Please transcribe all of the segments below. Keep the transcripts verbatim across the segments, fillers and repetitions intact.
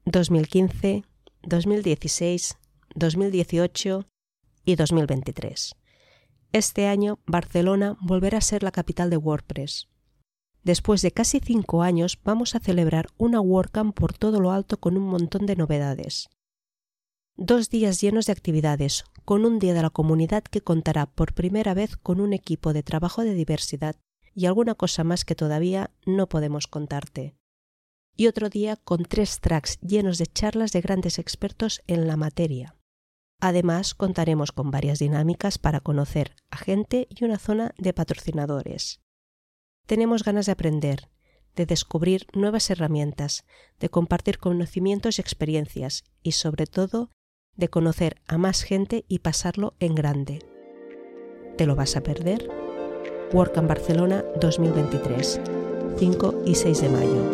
dos mil quince, dos mil dieciséis, dos mil dieciocho y dos mil veintitrés. Este año, Barcelona volverá a ser la capital de WordPress. Después de casi cinco años, vamos a celebrar una WordCamp por todo lo alto con un montón de novedades. Dos días llenos de actividades, con un día de la comunidad que contará por primera vez con un equipo de trabajo de diversidad y alguna cosa más que todavía no podemos contarte. Y otro día con tres tracks llenos de charlas de grandes expertos en la materia. Además, contaremos con varias dinámicas para conocer a gente y una zona de patrocinadores. Tenemos ganas de aprender, de descubrir nuevas herramientas, de compartir conocimientos y experiencias y, sobre todo, de conocer a más gente y pasarlo en grande. ¿Te lo vas a perder? WordCamp Barcelona dos mil veintitrés, cinco y seis de mayo.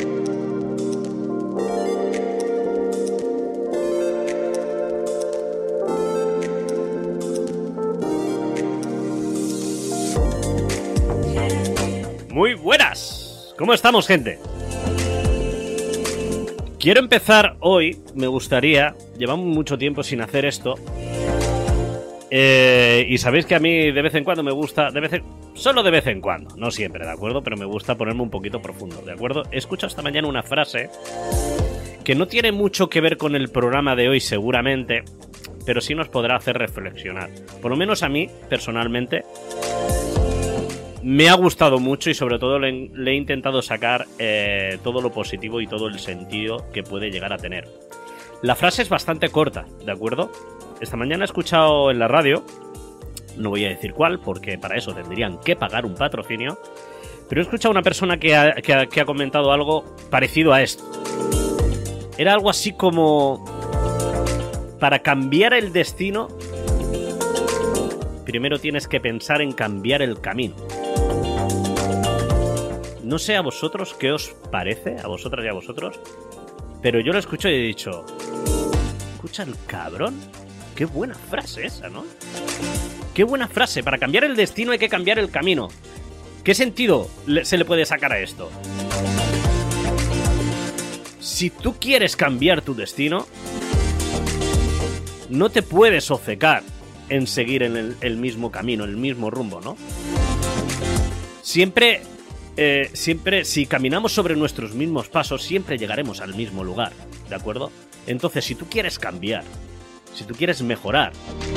Muy buenas, ¿cómo estamos, gente? Quiero empezar hoy, me gustaría, llevamos mucho tiempo sin hacer esto, eh, y sabéis que a mí de vez en cuando me gusta, de vez en, solo de vez en cuando, no siempre, ¿de acuerdo? Pero me gusta ponerme un poquito profundo, ¿de acuerdo? He escuchado esta mañana una frase que no tiene mucho que ver con el programa de hoy seguramente, pero sí nos podrá hacer reflexionar. Por lo menos a mí, personalmente, me ha gustado mucho y sobre todo le, le he intentado sacar eh, todo lo positivo y todo el sentido que puede llegar a tener. La frase es bastante corta, ¿de acuerdo? Esta mañana he escuchado en la radio, no voy a decir cuál, porque para eso tendrían que pagar un patrocinio, pero he escuchado a una persona que ha, que ha, que ha comentado algo parecido a esto. Era algo así como: para cambiar el destino, primero tienes que pensar en cambiar el camino. No sé a vosotros qué os parece, a vosotras y a vosotros, pero yo lo escucho y he dicho: ¿escucha el cabrón? Qué buena frase esa, ¿no? Qué buena frase. Para cambiar el destino hay que cambiar el camino. ¿Qué sentido se le puede sacar a esto? Si tú quieres cambiar tu destino, no te puedes obcecar en seguir en el, el mismo camino, el mismo rumbo, ¿no? Siempre... Eh, siempre, si caminamos sobre nuestros mismos pasos, siempre llegaremos al mismo lugar, ¿de acuerdo? Entonces, si tú quieres cambiar, si tú quieres mejorar,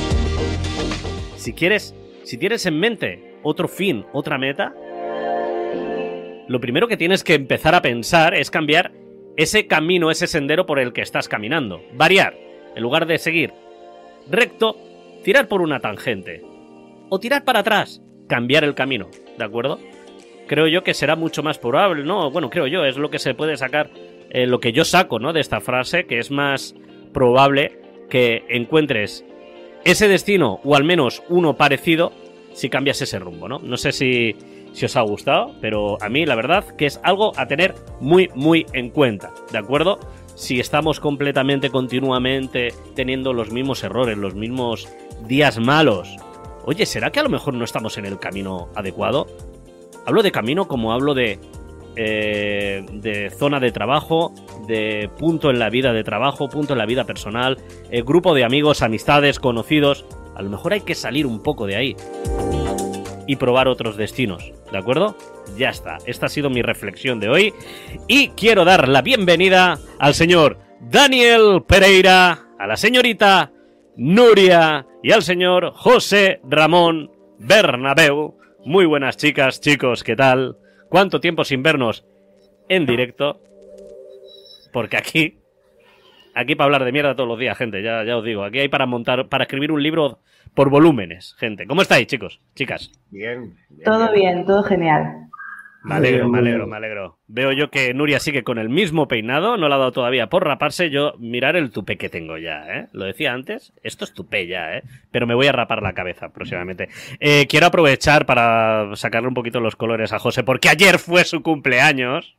si quieres, si tienes en mente otro fin, otra meta, lo primero que tienes que empezar a pensar es cambiar ese camino, ese sendero por el que estás caminando. Variar, en lugar de seguir recto, tirar por una tangente o tirar para atrás, cambiar el camino, ¿de acuerdo? Creo yo que será mucho más probable, ¿no? Bueno, creo yo, es lo que se puede sacar, eh, lo que yo saco, ¿no?, de esta frase, que es más probable que encuentres ese destino, o al menos uno parecido, si cambias ese rumbo, ¿no? No sé si, si os ha gustado, pero a mí la verdad que es algo a tener muy, muy en cuenta, ¿de acuerdo? Si estamos completamente, continuamente teniendo los mismos errores, los mismos días malos, oye, ¿será que a lo mejor no estamos en el camino adecuado? Hablo de camino como hablo de, eh, de zona de trabajo, de punto en la vida de trabajo, punto en la vida personal, eh, grupo de amigos, amistades, conocidos. A lo mejor hay que salir un poco de ahí y probar otros destinos, ¿de acuerdo? Ya está, esta ha sido mi reflexión de hoy y quiero dar la bienvenida al señor Daniel Pereira, a la señorita Nuria y al señor José Ramón Bernabeu. Muy buenas, chicas, chicos, ¿qué tal? ¿Cuánto tiempo sin vernos en directo? Porque aquí, aquí para hablar de mierda todos los días, gente, ya, ya os digo, aquí hay para montar, para escribir un libro por volúmenes, gente. ¿Cómo estáis, chicos, chicas? Bien. bien todo bien, bien, todo genial. Me alegro, me alegro, me alegro. Veo yo que Nuria sigue con el mismo peinado, no le ha dado todavía por raparse. Yo, mirar el tupé que tengo ya, ¿eh? Lo decía antes, esto es tupé ya, ¿eh? Pero me voy a rapar la cabeza próximamente. Eh, quiero aprovechar para sacarle un poquito los colores a José, porque ayer fue su cumpleaños.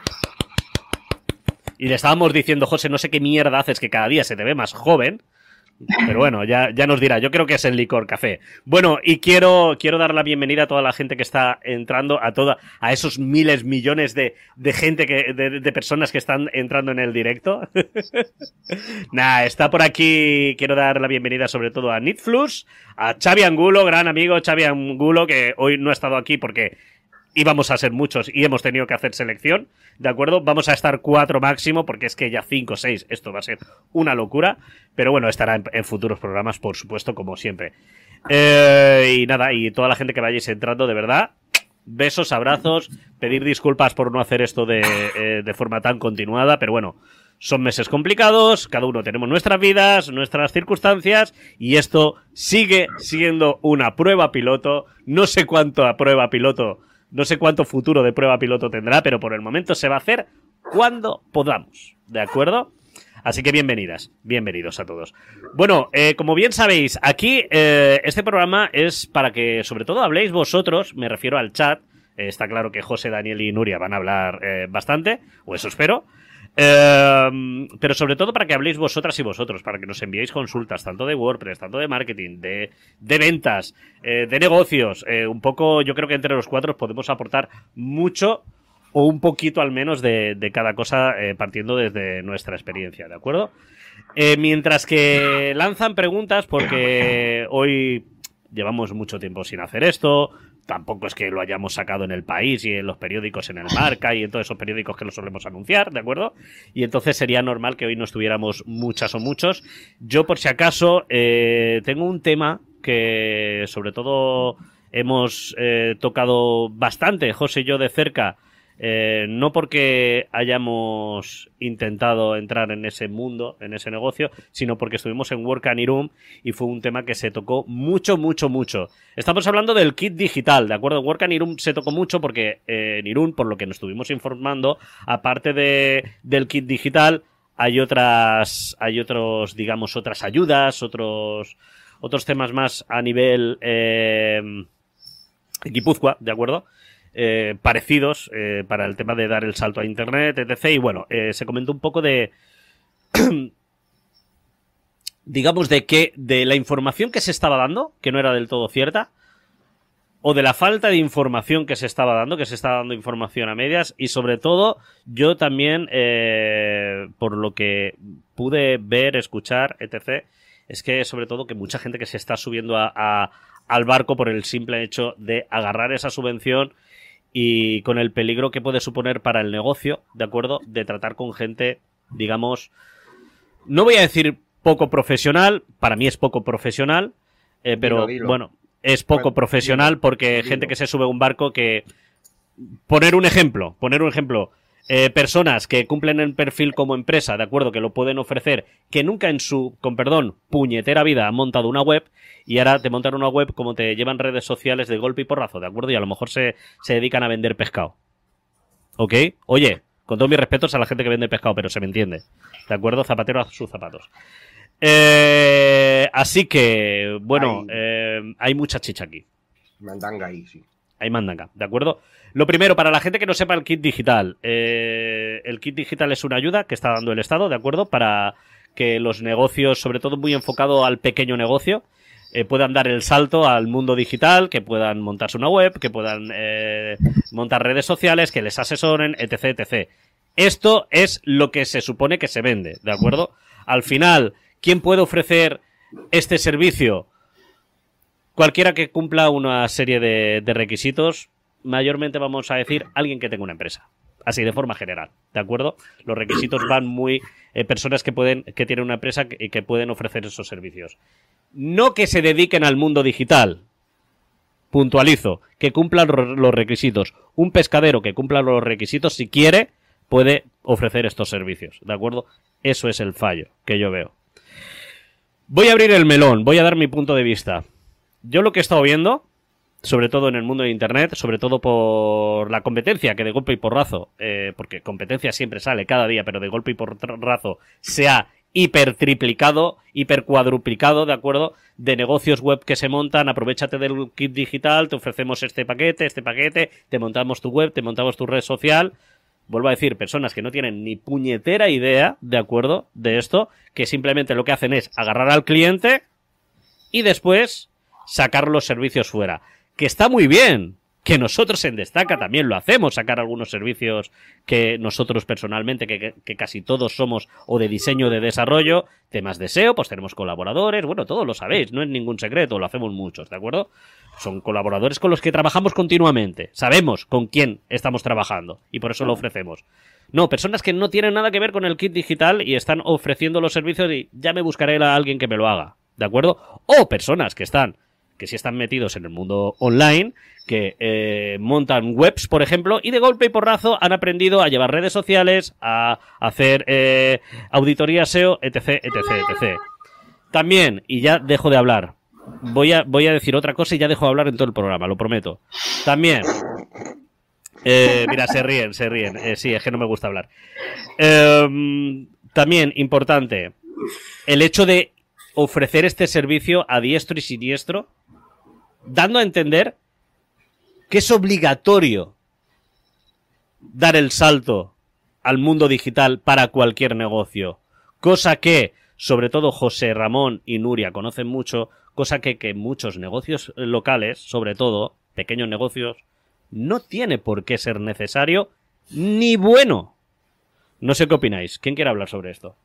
Y le estábamos diciendo: José, no sé qué mierda haces, que cada día se te ve más joven. Pero bueno, ya, ya nos dirá. Yo creo que es el licor café. Bueno, y quiero, quiero dar la bienvenida a toda la gente que está entrando, a toda, a esos miles, millones de, de gente que, de, de personas que están entrando en el directo. Nah, está por aquí. Quiero dar la bienvenida sobre todo a Nitflux, a Xavi Angulo, gran amigo Xavi Angulo, que hoy no ha estado aquí porque íbamos a ser muchos y hemos tenido que hacer selección, ¿de acuerdo? Vamos a estar cuatro máximo, porque es que ya cinco o seis, esto va a ser una locura, pero bueno, estará en, en futuros programas, por supuesto, como siempre. Eh, y nada, y toda la gente que vayáis entrando, de verdad, besos, abrazos, pedir disculpas por no hacer esto de, eh, de forma tan continuada, pero bueno, son meses complicados, cada uno tenemos nuestras vidas, nuestras circunstancias, y esto sigue siendo una prueba piloto. No sé cuánto a prueba piloto No sé cuánto futuro de prueba piloto tendrá, pero por el momento se va a hacer cuando podamos, ¿de acuerdo? Así que bienvenidas, bienvenidos a todos. Bueno, eh, como bien sabéis, aquí eh, este programa es para que sobre todo habléis vosotros, me refiero al chat. Eh, está claro que José, Daniel y Nuria van a hablar eh, bastante, o eso espero. Eh, pero sobre todo para que habléis vosotras y vosotros, para que nos enviéis consultas, tanto de WordPress, tanto de marketing, de, de ventas, eh, de negocios. Eh, un poco, yo creo que entre los cuatro podemos aportar mucho o un poquito al menos de, de cada cosa, eh, partiendo desde nuestra experiencia, ¿de acuerdo? Eh, mientras que lanzan preguntas, porque hoy llevamos mucho tiempo sin hacer esto. Tampoco es que lo hayamos sacado en El País y en los periódicos, en El Marca y en todos esos periódicos que lo solemos anunciar, ¿de acuerdo? Y entonces sería normal que hoy no estuviéramos muchas o muchos. Yo, por si acaso, eh, tengo un tema que sobre todo hemos eh, tocado bastante, José y yo, de cerca. Eh, no porque hayamos intentado entrar en ese mundo, en ese negocio, sino porque estuvimos en Work and Irún y fue un tema que se tocó mucho, mucho, mucho. Estamos hablando del kit digital, ¿de acuerdo? En Work and Irún se tocó mucho porque eh, en Irún, por lo que nos estuvimos informando, aparte de, del kit digital, hay otras, hay otros, digamos, otras ayudas, otros, otros temas más a nivel eh, Guipúzcoa, ¿de acuerdo? Eh, parecidos eh, para el tema de dar el salto a internet, etcétera. Y bueno, eh, se comentó un poco de digamos de que de la información que se estaba dando, que no era del todo cierta, o de la falta de información que se estaba dando, que se estaba dando información a medias, y sobre todo yo también eh, por lo que pude ver, escuchar, etcétera, es que sobre todo que mucha gente que se está subiendo a, a, al barco por el simple hecho de agarrar esa subvención y con el peligro que puede suponer para el negocio, ¿de acuerdo? De tratar con gente, digamos, no voy a decir poco profesional, para mí es poco profesional, eh, pero dilo, dilo. bueno, es poco bueno, profesional dilo, porque dilo. gente que se sube a un barco que... Poner un ejemplo, poner un ejemplo... Eh, personas que cumplen el perfil como empresa, de acuerdo, que lo pueden ofrecer, que nunca en su, con perdón, puñetera vida han montado una web y ahora te montan una web como te llevan redes sociales de golpe y porrazo, de acuerdo, y a lo mejor se, se dedican a vender pescado. ¿Ok? Oye, con todos mis respetos a la gente que vende pescado, pero se me entiende. ¿De acuerdo? Zapatero a sus zapatos. Eh, así que, bueno, hay, eh, hay mucha chicha aquí. Mandanga ahí, sí. Hay mandanga, ¿de acuerdo? Lo primero, para la gente que no sepa el kit digital, eh, el kit digital es una ayuda que está dando el Estado, ¿de acuerdo? Para que los negocios, sobre todo muy enfocado al pequeño negocio, eh, puedan dar el salto al mundo digital, que puedan montarse una web, que puedan eh, montar redes sociales, que les asesoren, etcétera, etcétera. Esto es lo que se supone que se vende, ¿de acuerdo? Al final, ¿quién puede ofrecer este servicio? Cualquiera que cumpla una serie de, de requisitos, mayormente vamos a decir alguien que tenga una empresa. Así, de forma general, ¿de acuerdo? Los requisitos van muy... Eh, personas que pueden que tienen una empresa y que pueden ofrecer esos servicios. No que se dediquen al mundo digital. Puntualizo. Que cumplan los requisitos. Un pescadero que cumpla los requisitos, si quiere, puede ofrecer estos servicios, ¿de acuerdo? Eso es el fallo que yo veo. Voy a abrir el melón. Voy a dar mi punto de vista. Yo lo que he estado viendo, sobre todo en el mundo de Internet, sobre todo por la competencia, que de golpe y porrazo, eh, porque competencia siempre sale cada día, pero de golpe y porrazo se ha hipertriplicado, hipercuadruplicado, ¿de acuerdo? De negocios web que se montan, aprovechate del kit digital, te ofrecemos este paquete, este paquete, te montamos tu web, te montamos tu red social. vuelvo a decir, personas que no tienen ni puñetera idea, ¿de acuerdo?, de esto, que simplemente lo que hacen es agarrar al cliente y después sacar los servicios fuera. Que está muy bien, que nosotros en Destaca también lo hacemos, sacar algunos servicios que nosotros personalmente, que, que, que casi todos somos o de diseño o de desarrollo, temas de S E O, pues tenemos colaboradores, bueno, todos lo sabéis, no es ningún secreto, lo hacemos muchos, ¿de acuerdo? Son colaboradores con los que trabajamos continuamente, sabemos con quién estamos trabajando y por eso lo ofrecemos. No, personas que no tienen nada que ver con el kit digital y están ofreciendo los servicios y ya me buscaré a alguien que me lo haga, ¿de acuerdo? O personas que están, que sí están metidos en el mundo online, que eh, montan webs, por ejemplo, y de golpe y porrazo han aprendido a llevar redes sociales, a hacer eh, auditoría S E O, etc, etc, etcétera. También, y ya dejo de hablar, voy a, voy a decir otra cosa y ya dejo de hablar en todo el programa, lo prometo. También, eh, mira, se ríen, se ríen, eh, sí, es que no me gusta hablar. Eh, también, importante, el hecho de ofrecer este servicio a diestro y siniestro, dando a entender que es obligatorio dar el salto al mundo digital para cualquier negocio. Cosa que, sobre todo José Ramón y Nuria conocen mucho, cosa que, que muchos negocios locales, sobre todo pequeños negocios, no tiene por qué ser necesario ni bueno. No sé qué opináis. ¿Quién quiere hablar sobre esto?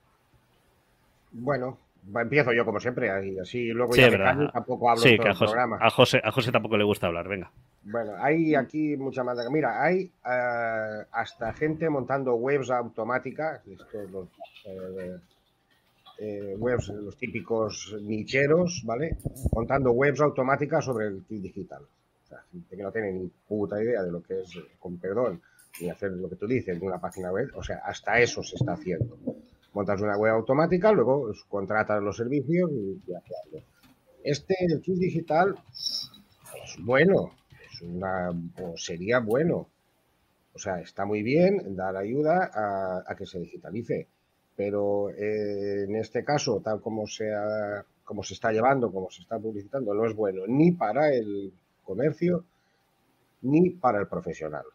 Bueno, empiezo yo como siempre, y así luego sí, ya verdad. me tampoco hablo sí, todo que a el José, programa. A José, a José tampoco le gusta hablar, venga. Bueno, hay aquí mucha más... Mira, hay uh, hasta gente montando webs automáticas, estos los, eh, eh, webs, los típicos nicheros, ¿vale? Montando webs automáticas sobre el kit digital. O sea, gente que no tiene ni puta idea de lo que es, con perdón, ni hacer lo que tú dices de una página web, o sea, hasta eso se está haciendo. Montas una web automática, luego contratas los servicios y, y haces algo. Este, el kit digital, es bueno, es una, o sería bueno. O sea, está muy bien dar ayuda a, a que se digitalice, pero eh, en este caso, tal como se, ha, como se está llevando, como se está publicitando, no es bueno ni para el comercio ni para el profesional.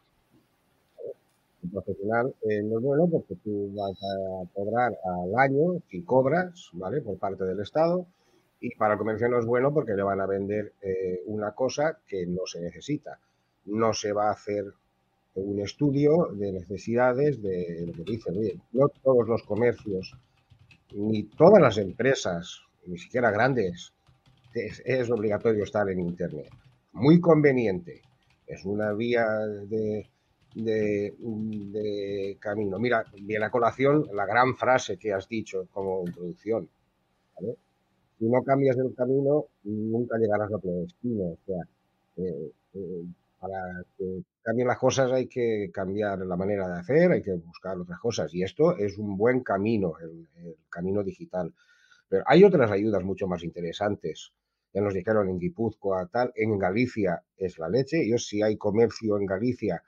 El profesional eh, no es bueno porque tú vas a cobrar al año si cobras, ¿vale? Por parte del Estado, y para el comercio no es bueno porque le van a vender eh, una cosa que no se necesita. No se va a hacer un estudio de necesidades de lo que dicen. Oye, no todos los comercios, ni todas las empresas, ni siquiera grandes, es, es obligatorio estar en Internet. Muy conveniente. Es una vía de... De, de camino. Mira, viene a colación la gran frase que has dicho como introducción, ¿vale? Si no cambias el camino, nunca llegarás a tu destino. O sea, eh, eh, para que cambien las cosas hay que cambiar la manera de hacer, hay que buscar otras cosas. Y esto es un buen camino, el, el camino digital. Pero hay otras ayudas mucho más interesantes. Ya nos dijeron en Guipúzcoa, tal, en Galicia es la leche. Yo, si hay comercio en Galicia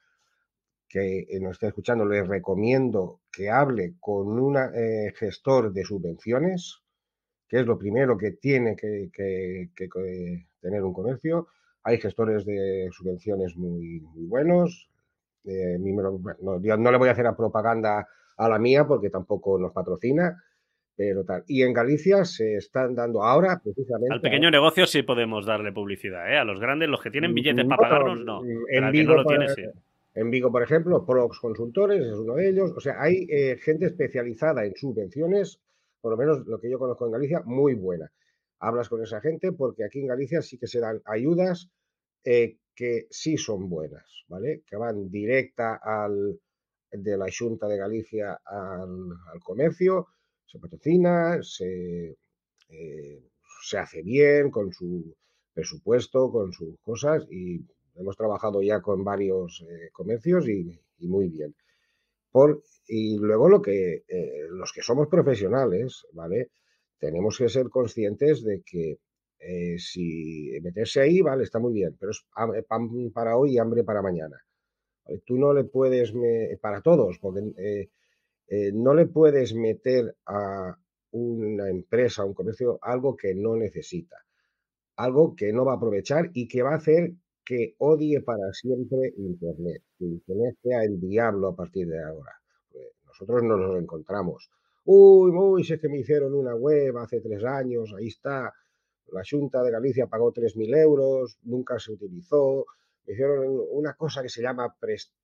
que nos está escuchando, les recomiendo que hable con un eh, gestor de subvenciones, que es lo primero que tiene que, que, que, que tener un comercio. Hay gestores de subvenciones muy, muy buenos. Eh, no, yo no le voy a hacer a propaganda a la mía porque tampoco nos patrocina, pero tal. Y en Galicia se están dando ahora, precisamente... Al pequeño ahora, negocio sí podemos darle publicidad, ¿eh? A los grandes, los que tienen billetes no, para pagarnos, no. En Pero al Vigo, que no lo por, tiene, sí. En Vigo, por ejemplo, Prox Consultores es uno de ellos. O sea, hay eh, gente especializada en subvenciones, por lo menos lo que yo conozco en Galicia, muy buena. Hablas con esa gente porque aquí en Galicia sí que se dan ayudas eh, que sí son buenas, ¿vale? Que van directa al, de la Xunta de Galicia al, al comercio, se patrocina, se, eh, se hace bien con su presupuesto, con sus cosas, y hemos trabajado ya con varios eh, comercios y, y muy bien. Por, y luego lo que eh, los que somos profesionales, ¿vale? Tenemos que ser conscientes de que eh, si meterse ahí, vale, está muy bien, pero es pan para hoy y hambre para mañana. ¿Vale? Tú no le puedes, me, para todos, porque eh, eh, no le puedes meter a una empresa, a un comercio, algo que no necesita, algo que no va a aprovechar y que va a hacer que odie para siempre Internet, que Internet sea el diablo a partir de ahora. Pues nosotros no nos lo encontramos. Uy, uy, si es que me hicieron una web hace tres años, ahí está, la Xunta de Galicia pagó tres mil euros, nunca se utilizó, me hicieron una cosa que se llama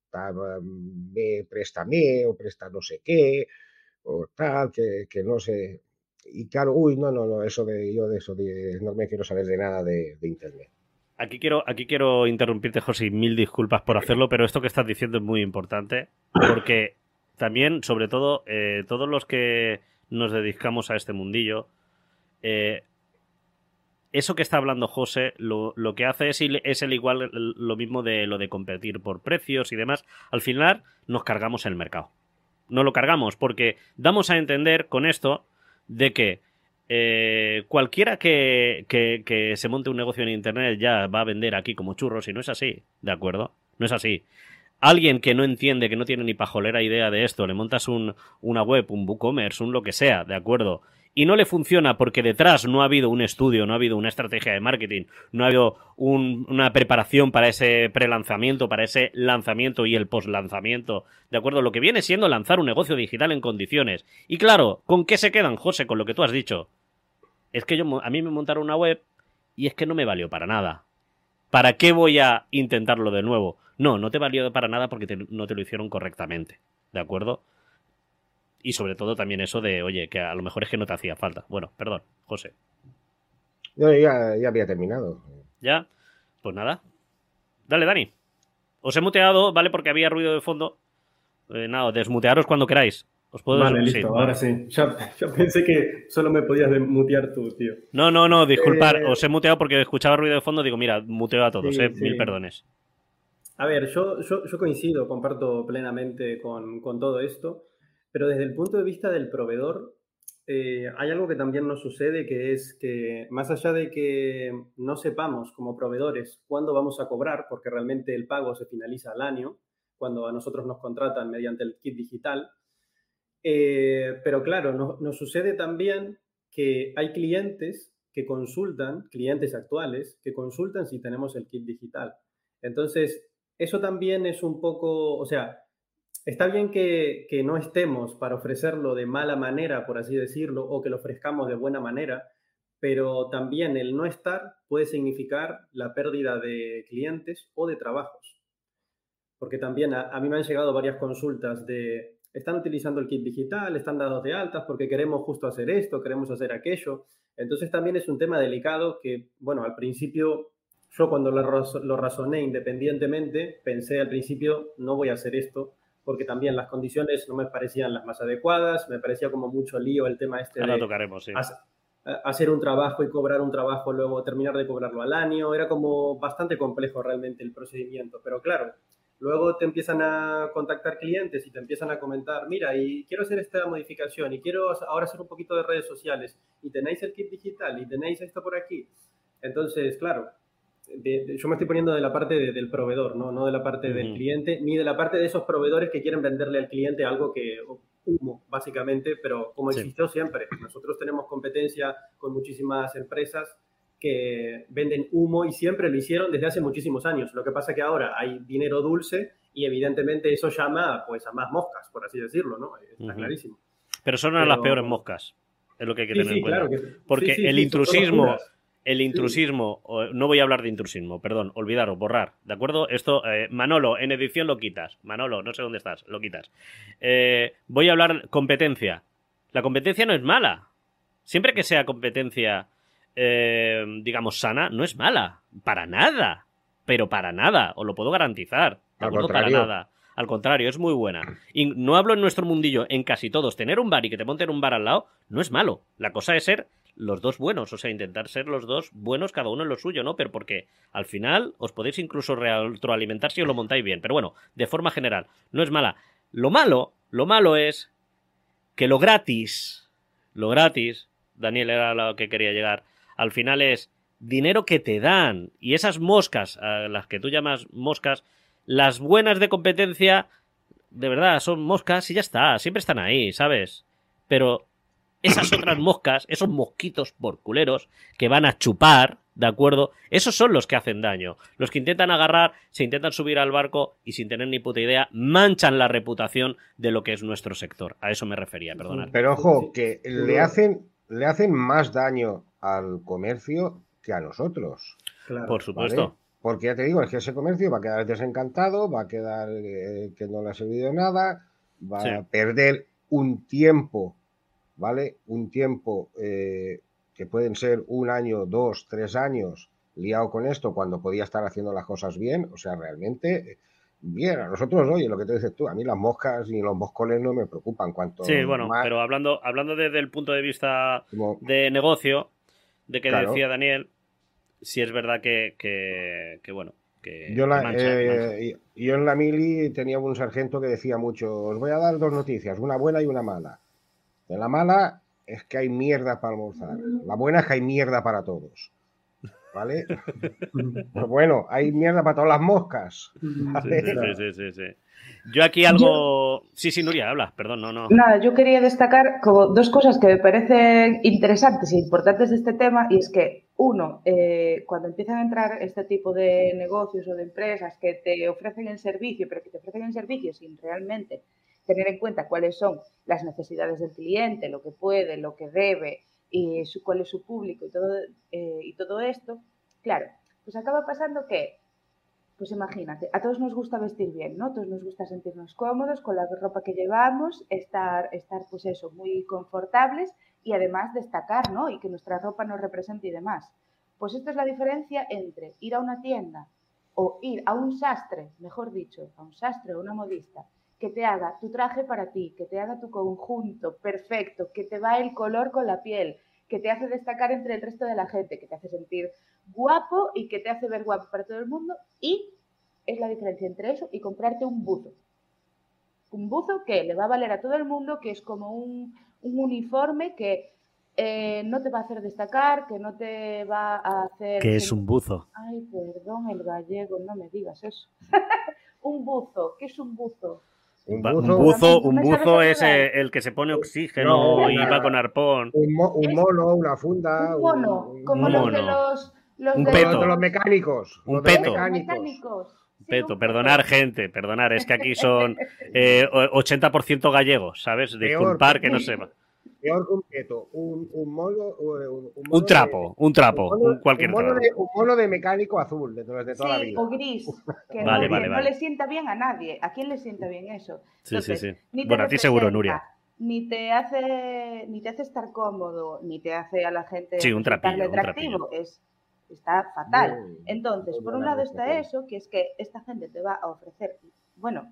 préstame, préstame o presta no sé qué, o tal, que, que no sé. Y claro, uy, no, no, no, eso de yo de eso, de, no me quiero saber de nada de, de Internet. Aquí quiero, aquí quiero interrumpirte, José, mil disculpas por hacerlo, pero esto que estás diciendo es muy importante, porque también, sobre todo, eh, todos los que nos dedicamos a este mundillo, eh, eso que está hablando José, lo, lo que hace es, es el igual lo mismo de lo de competir por precios y demás. Al final nos cargamos el mercado. No lo cargamos porque damos a entender con esto de que Eh, cualquiera que, que, que se monte un negocio en internet ya va a vender aquí como churros y no es así, ¿de acuerdo? No es así. Alguien que no entiende, que no tiene ni pajolera idea de esto, le montas un, una web, un WooCommerce, un lo que sea, ¿de acuerdo? Y no le funciona porque detrás no ha habido un estudio, no ha habido una estrategia de marketing, no ha habido un, una preparación para ese prelanzamiento, para ese lanzamiento y el postlanzamiento, ¿de acuerdo? Lo que viene siendo lanzar un negocio digital en condiciones. Y claro, ¿con qué se quedan, José? Con lo que tú has dicho. Es que yo, a mí me montaron una web y es que no me valió para nada. ¿Para qué voy a intentarlo de nuevo? No, no te valió para nada porque te, no te lo hicieron correctamente, ¿de acuerdo? Y sobre todo también eso de, oye, que a lo mejor es que no te hacía falta. Bueno, perdón, José. Yo ya, ya había terminado. ¿Ya? Pues nada. Dale, Dani. Os he muteado, ¿vale? Porque había ruido de fondo. Eh, nada, desmutearos cuando queráis. Os puedo Vale, des... listo, sí, ahora vale. sí. Ya, ya pensé que solo me podías mutear tú, tío. No, no, no, disculpad. Eh... Os he muteado porque escuchaba ruido de fondo. Digo, mira, muteo a todos, sí, ¿eh? Sí. Mil perdones. A ver, yo, yo, yo coincido, comparto plenamente con, con todo esto, pero desde el punto de vista del proveedor, eh, hay algo que también nos sucede, que es que más allá de que no sepamos como proveedores cuándo vamos a cobrar, porque realmente el pago se finaliza al año, cuando a nosotros nos contratan mediante el kit digital, eh, pero claro, no, nos sucede también que hay clientes que consultan, clientes actuales, que consultan si tenemos el kit digital. Entonces, eso también es un poco, o sea, está bien que, que no estemos para ofrecerlo de mala manera, por así decirlo, o que lo ofrezcamos de buena manera, pero también el no estar puede significar la pérdida de clientes o de trabajos. Porque también a, a mí me han llegado varias consultas de, están utilizando el kit digital, están dados de altas porque queremos justo hacer esto, queremos hacer aquello. Entonces también es un tema delicado que, bueno, al principio... Yo cuando lo, lo razoné independientemente, pensé al principio, no voy a hacer esto, porque también las condiciones no me parecían las más adecuadas, me parecía como mucho lío el tema este Ahora de tocaremos, sí. hacer un trabajo y cobrar un trabajo, luego terminar de cobrarlo al año, era como bastante complejo realmente el procedimiento, pero claro, luego te empiezan a contactar clientes y te empiezan a comentar, mira, y quiero hacer esta modificación y quiero ahora hacer un poquito de redes sociales y tenéis el kit digital y tenéis esto por aquí. Entonces, claro, De, de, yo me estoy poniendo de la parte de, del proveedor, ¿no? No de la parte uh-huh. del cliente, ni de la parte de esos proveedores que quieren venderle al cliente algo que humo, básicamente, pero como sí. existió siempre. Nosotros tenemos competencia con muchísimas empresas que venden humo y siempre lo hicieron desde hace muchísimos años. Lo que pasa es que ahora hay dinero dulce y evidentemente eso llama pues, a más moscas, por así decirlo, ¿no? Está uh-huh. clarísimo. Pero son pero... las peores moscas, es lo que hay que sí, tener sí, en cuenta. Claro que... Porque sí, sí, el sí, intrusismo... El intrusismo, sí. No voy a hablar de intrusismo, perdón, olvidaros, borrar, ¿de acuerdo? Esto, eh, Manolo, en edición lo quitas. Manolo, no sé dónde estás, lo quitas. Eh, voy a hablar competencia. La competencia no es mala. Siempre que sea competencia, eh, digamos, sana, no es mala. Para nada. Pero para nada, os lo puedo garantizar. ¿De acuerdo? Para nada. Al contrario, es muy buena. Y no hablo en nuestro mundillo, en casi todos. Tener un bar y que te monten un bar al lado no es malo. La cosa es ser los dos buenos, o sea, intentar ser los dos buenos, cada uno en lo suyo, ¿no? Pero porque al final os podéis incluso retroalimentar si os lo montáis bien. Pero bueno, de forma general, no es mala. Lo malo, lo malo es que lo gratis, lo gratis, Daniel era lo que quería llegar, al final es dinero que te dan. Y esas moscas, a las que tú llamas moscas, las buenas de competencia, de verdad, son moscas y ya está, siempre están ahí, ¿sabes? Pero esas otras moscas, esos mosquitos porculeros que van a chupar, ¿de acuerdo? Esos son los que hacen daño. Los que intentan agarrar, se intentan subir al barco y sin tener ni puta idea, manchan la reputación de lo que es nuestro sector. A eso me refería, perdonad. Pero ojo, que le hacen, le hacen más daño al comercio que a nosotros. Claro, por supuesto. ¿Vale? Porque ya te digo, es que ese comercio va a quedar desencantado, va a quedar eh, que no le ha servido nada, va sí. a perder un tiempo, ¿vale? Un tiempo eh, que pueden ser un año, dos, tres años liado con esto cuando podía estar haciendo las cosas bien, o sea, realmente bien. A nosotros, oye, lo que te dices tú, a mí las moscas y los moscoles no me preocupan. Cuanto sí, bueno, más... pero hablando, hablando desde el punto de vista Como... de negocio, de que claro. decía Daniel, sí es verdad que, que, que bueno, que, yo, la, que mancha, eh, mancha. yo en la mili tenía un sargento que decía mucho, os voy a dar dos noticias, una buena y una mala. De la mala es que hay mierda para almorzar, la buena es que hay mierda para todos, ¿vale? Pues bueno, hay mierda para todas las moscas, ¿vale? Sí, sí, sí, sí, sí. Yo aquí algo... Yo... Sí, sí, Nuria, habla, perdón, no, no. Nada, yo quería destacar como dos cosas que me parecen interesantes e importantes de este tema, y es que, uno, eh, cuando empiezan a entrar este tipo de negocios o de empresas que te ofrecen el servicio, pero que te ofrecen el servicio sin realmente tener en cuenta cuáles son las necesidades del cliente, lo que puede, lo que debe, y su, cuál es su público y todo, eh, y todo esto, claro, pues acaba pasando que pues imagínate, a todos nos gusta vestir bien, ¿no? A todos nos gusta sentirnos cómodos con la ropa que llevamos, estar, estar pues eso, muy confortables y además destacar, ¿no? Y que nuestra ropa nos represente y demás. Pues esto es la diferencia entre ir a una tienda o ir a un sastre, mejor dicho, a un sastre o una modista, que te haga tu traje para ti, que te haga tu conjunto perfecto, que te va el color con la piel, que te hace destacar entre el resto de la gente, que te hace sentir guapo y que te hace ver guapo para todo el mundo, y es la diferencia entre eso y comprarte un buzo. Un buzo que le va a valer a todo el mundo, que es como un, un uniforme que eh, no te va a hacer destacar, que no te va a hacer... ¿Qué es un buzo? Ay, perdón, el gallego, no me digas eso. Un buzo, ¿qué es un buzo? Un buzo, un buzo, un buzo es el que se pone oxígeno no, y va con arpón. Un, mo, un mono, una funda. Un mono, un, como un los mono. de los... los un de peto. Los, de los mecánicos. Un los de peto. Los mecánicos. Sí, peto, un perdonar peto. Gente, perdonar, es que aquí son eh, ochenta por ciento gallegos, ¿sabes? Disculpar que no sepa. Peor que un peto, un, un mono... Un, un, mono un trapo, de, un trapo, un, mono, un cualquier un mono, trapo. De, un mono de mecánico azul, de, de toda sí, la vida. o gris, que, vale, no, vale, que vale. no le sienta bien a nadie. ¿A quién le sienta bien eso? Entonces, sí, sí, sí. Bueno, a ti seguro, Nuria. Ni te hace ni te hace estar cómodo, ni te hace a la gente sí, un trapillo, atractivo. Un trapillo. Es, está fatal. Muy, Entonces, muy por un lado está eso, que es que esta gente te va a ofrecer, bueno,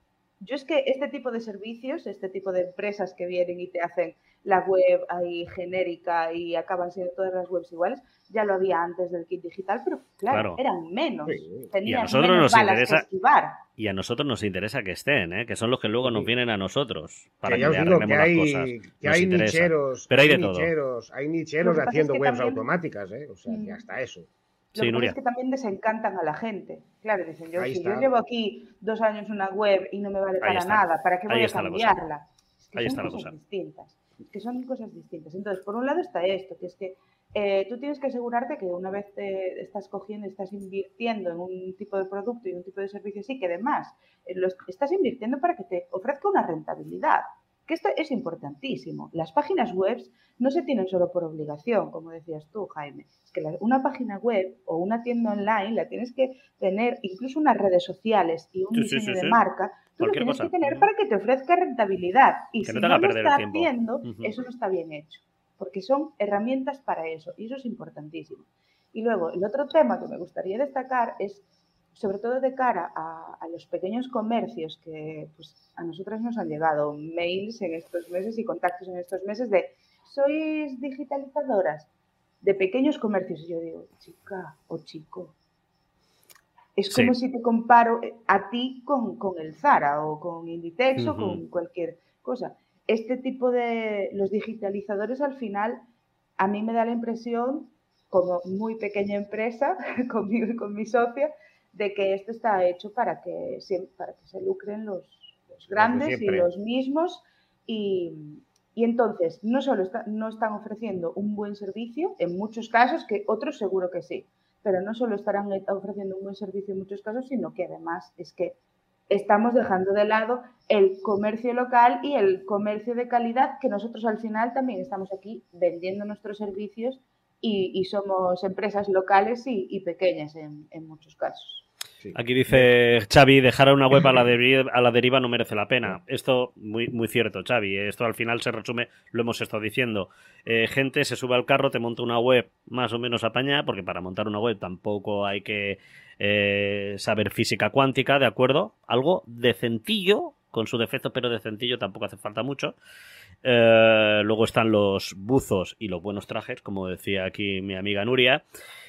yo es que este tipo de servicios, este tipo de empresas que vienen y te hacen la web ahí genérica y acaban siendo todas las webs iguales, ya lo había antes del kit digital, pero claro, claro. eran menos. Sí. Tenían y a nosotros menos nos balas interesa que esquivar. Y a nosotros nos interesa que estén, ¿eh? Que son los que luego sí. nos vienen a nosotros para que que le arreglemos que hay, las cosas. Que hay nicheros, pero hay de hay todo. Nicheros, hay nicheros haciendo es que webs también... automáticas, ¿eh? O sea, que hasta eso. Lo sí, que Nuria. pasa es que también desencantan a la gente. Claro, dicen, yo, Ahí si está. yo llevo aquí dos años una web y no me vale Ahí para está. nada, ¿para qué voy Ahí a está cambiarla? Es que Ahí son está cosas la cosa. distintas. Es que son cosas distintas. Entonces, por un lado está esto, que es que eh, tú tienes que asegurarte que una vez te estás cogiendo, estás invirtiendo en un tipo de producto y un tipo de servicio así, que además eh, lo estás invirtiendo para que te ofrezca una rentabilidad. Que esto es importantísimo. Las páginas web no se tienen solo por obligación, como decías tú, Jaime. Es que la, una página web o una tienda online la tienes que tener, incluso unas redes sociales y un sí, diseño sí, sí, de sí. marca, tú Cualquier lo tienes cosa. que tener para que te ofrezca rentabilidad. Y que si no, te no haga lo perder está el tiempo. haciendo, Uh-huh. eso no está bien hecho. Porque son herramientas para eso. Y eso es importantísimo. Y luego, el otro tema que me gustaría destacar es, sobre todo de cara a, a los pequeños comercios que pues, a nosotras nos han llegado mails en estos meses y contactos en estos meses de ¿sois digitalizadoras? De pequeños comercios. Y yo digo, chica o chico, es como sí. si te comparo a ti con, con el Zara o con Inditex uh-huh. o con cualquier cosa. Este tipo de, los digitalizadores al final, a mí me da la impresión, como muy pequeña empresa, con mi, con mi socia, de que esto está hecho para que, para que se lucren los, los grandes y los mismos y, Y entonces, no solo está, no están ofreciendo un buen servicio, en muchos casos, que otros seguro que sí, pero no solo estarán ofreciendo un buen servicio en muchos casos, sino que además es que estamos dejando de lado el comercio local y el comercio de calidad, que nosotros al final también estamos aquí vendiendo nuestros servicios y, y somos empresas locales y, y pequeñas en, en muchos casos. Sí. Aquí dice Xavi, dejar a una web a la, deriva, a la deriva no merece la pena. Esto, muy, muy cierto, Xavi. Esto al final se resume, lo hemos estado diciendo. Eh, gente se sube al carro, te monta una web más o menos apañada, porque para montar una web tampoco hay que eh, saber física cuántica, ¿de acuerdo? Algo decentillo, con su defecto, pero decentillo tampoco hace falta mucho. Eh, luego están los buzos y los buenos trajes, como decía aquí mi amiga Nuria.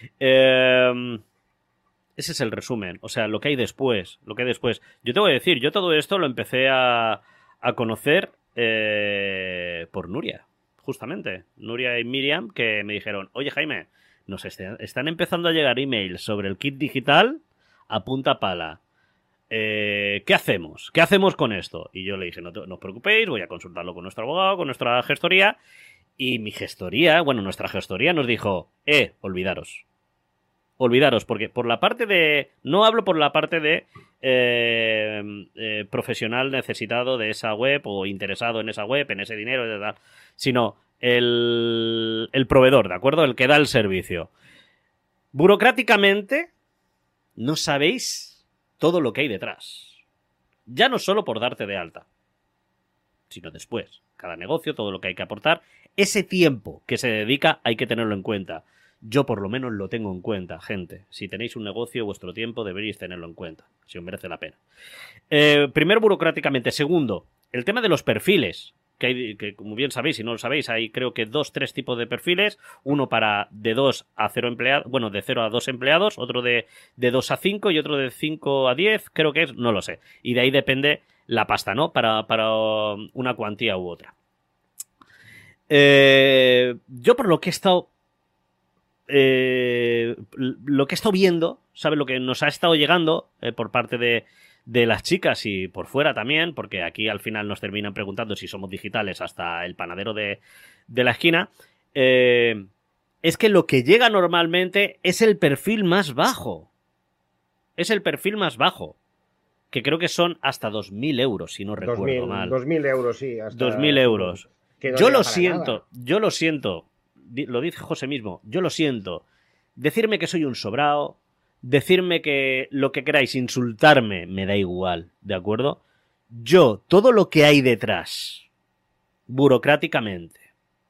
Eh... Ese es el resumen, o sea, lo que hay después, lo que hay después. Yo te voy a decir, yo todo esto lo empecé a, a conocer eh, por Nuria, justamente. Nuria y Miriam, que me dijeron, oye Jaime, nos est están empezando a llegar emails sobre el kit digital a punta pala. Eh, ¿Qué hacemos? ¿Qué hacemos con esto? Y yo le dije, no, no os preocupéis, voy a consultarlo con nuestro abogado, con nuestra gestoría. Y mi gestoría, bueno, nuestra gestoría nos dijo, eh, olvidaros. Olvidaros, porque por la parte de... No hablo por la parte de eh, eh, profesional necesitado de esa web o interesado en esa web, en ese dinero, de tal, sino el, el proveedor, ¿de acuerdo? El que da el servicio. Burocráticamente, no sabéis todo lo que hay detrás. Ya no solo por darte de alta, sino después. Cada negocio, todo lo que hay que aportar. Ese tiempo que se dedica hay que tenerlo en cuenta. Yo por lo menos lo tengo en cuenta, gente. Si tenéis un negocio, vuestro tiempo deberéis tenerlo en cuenta, si os merece la pena. Eh, primero, burocráticamente. Segundo, el tema de los perfiles, que, hay, que como bien sabéis, si no lo sabéis, hay creo que dos, tres tipos de perfiles. Uno para de dos a cero empleados, bueno, de cero a dos empleados, otro de, de dos a cinco y otro de cinco a diez, creo que es, no lo sé. Y de ahí depende la pasta, ¿no? Para, para una cuantía u otra. Eh, yo por lo que he estado... Eh, lo que he estado viendo, ¿sabes? Lo que nos ha estado llegando eh, por parte de, de las chicas y por fuera también, porque aquí al final nos terminan preguntando si somos digitales hasta el panadero de, de la esquina, eh, es que lo que llega normalmente es el perfil más bajo. Es el perfil más bajo. Que creo que son hasta dos mil euros, si no recuerdo mal. dos mil euros, sí. Hasta dos mil euros. No yo lo siento, nada. yo lo siento. Lo dice José mismo, yo lo siento. Decirme que soy un sobrao, decirme que lo que queráis, insultarme, me da igual, ¿de acuerdo? Yo, todo lo que hay detrás, burocráticamente,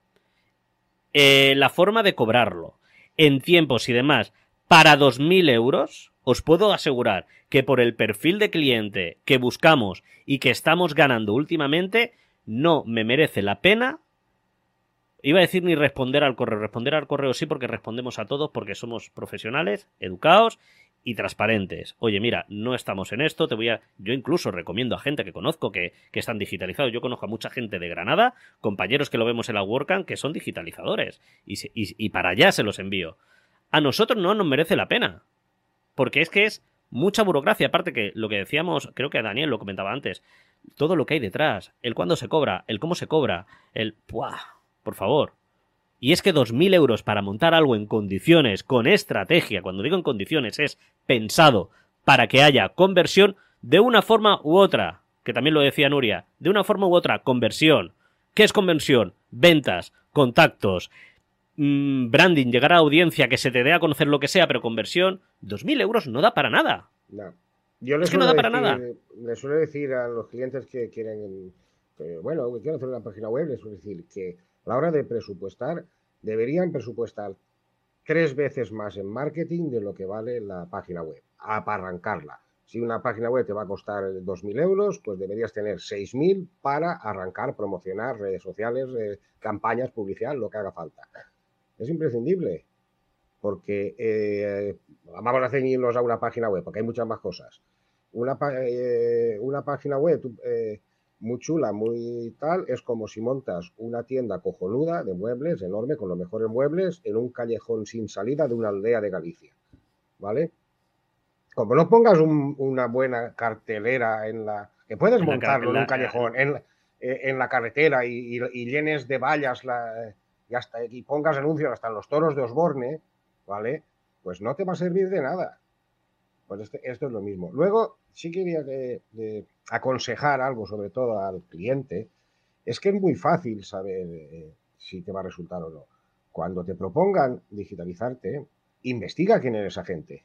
eh, la forma de cobrarlo, en tiempos y demás, para dos mil euros, os puedo asegurar que por el perfil de cliente que buscamos y que estamos ganando últimamente, no me merece la pena. Iba a decir ni responder al correo. Responder al correo sí, porque respondemos a todos, porque somos profesionales, educados y transparentes. Oye, mira, no estamos en esto, te voy a... Yo incluso recomiendo a gente que conozco que, que están digitalizados. Yo conozco a mucha gente de Granada, compañeros que lo vemos en la WordCamp, que son digitalizadores. Y, se, y, y para allá se los envío. A nosotros no nos merece la pena. Porque es que es mucha burocracia. Aparte que lo que decíamos, creo que Daniel lo comentaba antes, todo lo que hay detrás. El cuándo se cobra, el cómo se cobra, el... ¡Puah! Por favor. Y es que dos mil euros para montar algo en condiciones, con estrategia, cuando digo en condiciones es pensado para que haya conversión de una forma u otra, que también lo decía Nuria, de una forma u otra, conversión. ¿Qué es conversión? Ventas, contactos, mmm, branding, llegar a audiencia, que se te dé a conocer lo que sea, pero conversión, dos mil euros no da para nada. No. Yo es que no da para decir, nada. Les suelo decir a los clientes que quieren, que, bueno, que quieren hacer una página web, les suelo decir que a la hora de presupuestar, deberían presupuestar tres veces más en marketing de lo que vale la página web, a, para arrancarla. Si una página web te va a costar dos mil euros, pues deberías tener seis mil para arrancar, promocionar redes sociales, eh, campañas, publicidad, lo que haga falta. Es imprescindible, porque eh, vamos a ceñirnos a una página web, porque hay muchas más cosas. Una, eh, una página web... Eh, muy chula, muy tal, es como si montas una tienda cojonuda de muebles, enorme, con los mejores muebles, en un callejón sin salida de una aldea de Galicia, ¿vale? Como no pongas un, una buena cartelera en la... que puedes montarlo en un callejón, en, eh, en la carretera y, y, y llenes de vallas la, y, hasta, y pongas anuncios hasta en los toros de Osborne, ¿vale? Pues no te va a servir de nada. Pues este, esto es lo mismo. Luego, sí quería de, de aconsejar algo, sobre todo al cliente, es que es muy fácil saber eh, si te va a resultar o no. Cuando te propongan digitalizarte, investiga quién es esa gente.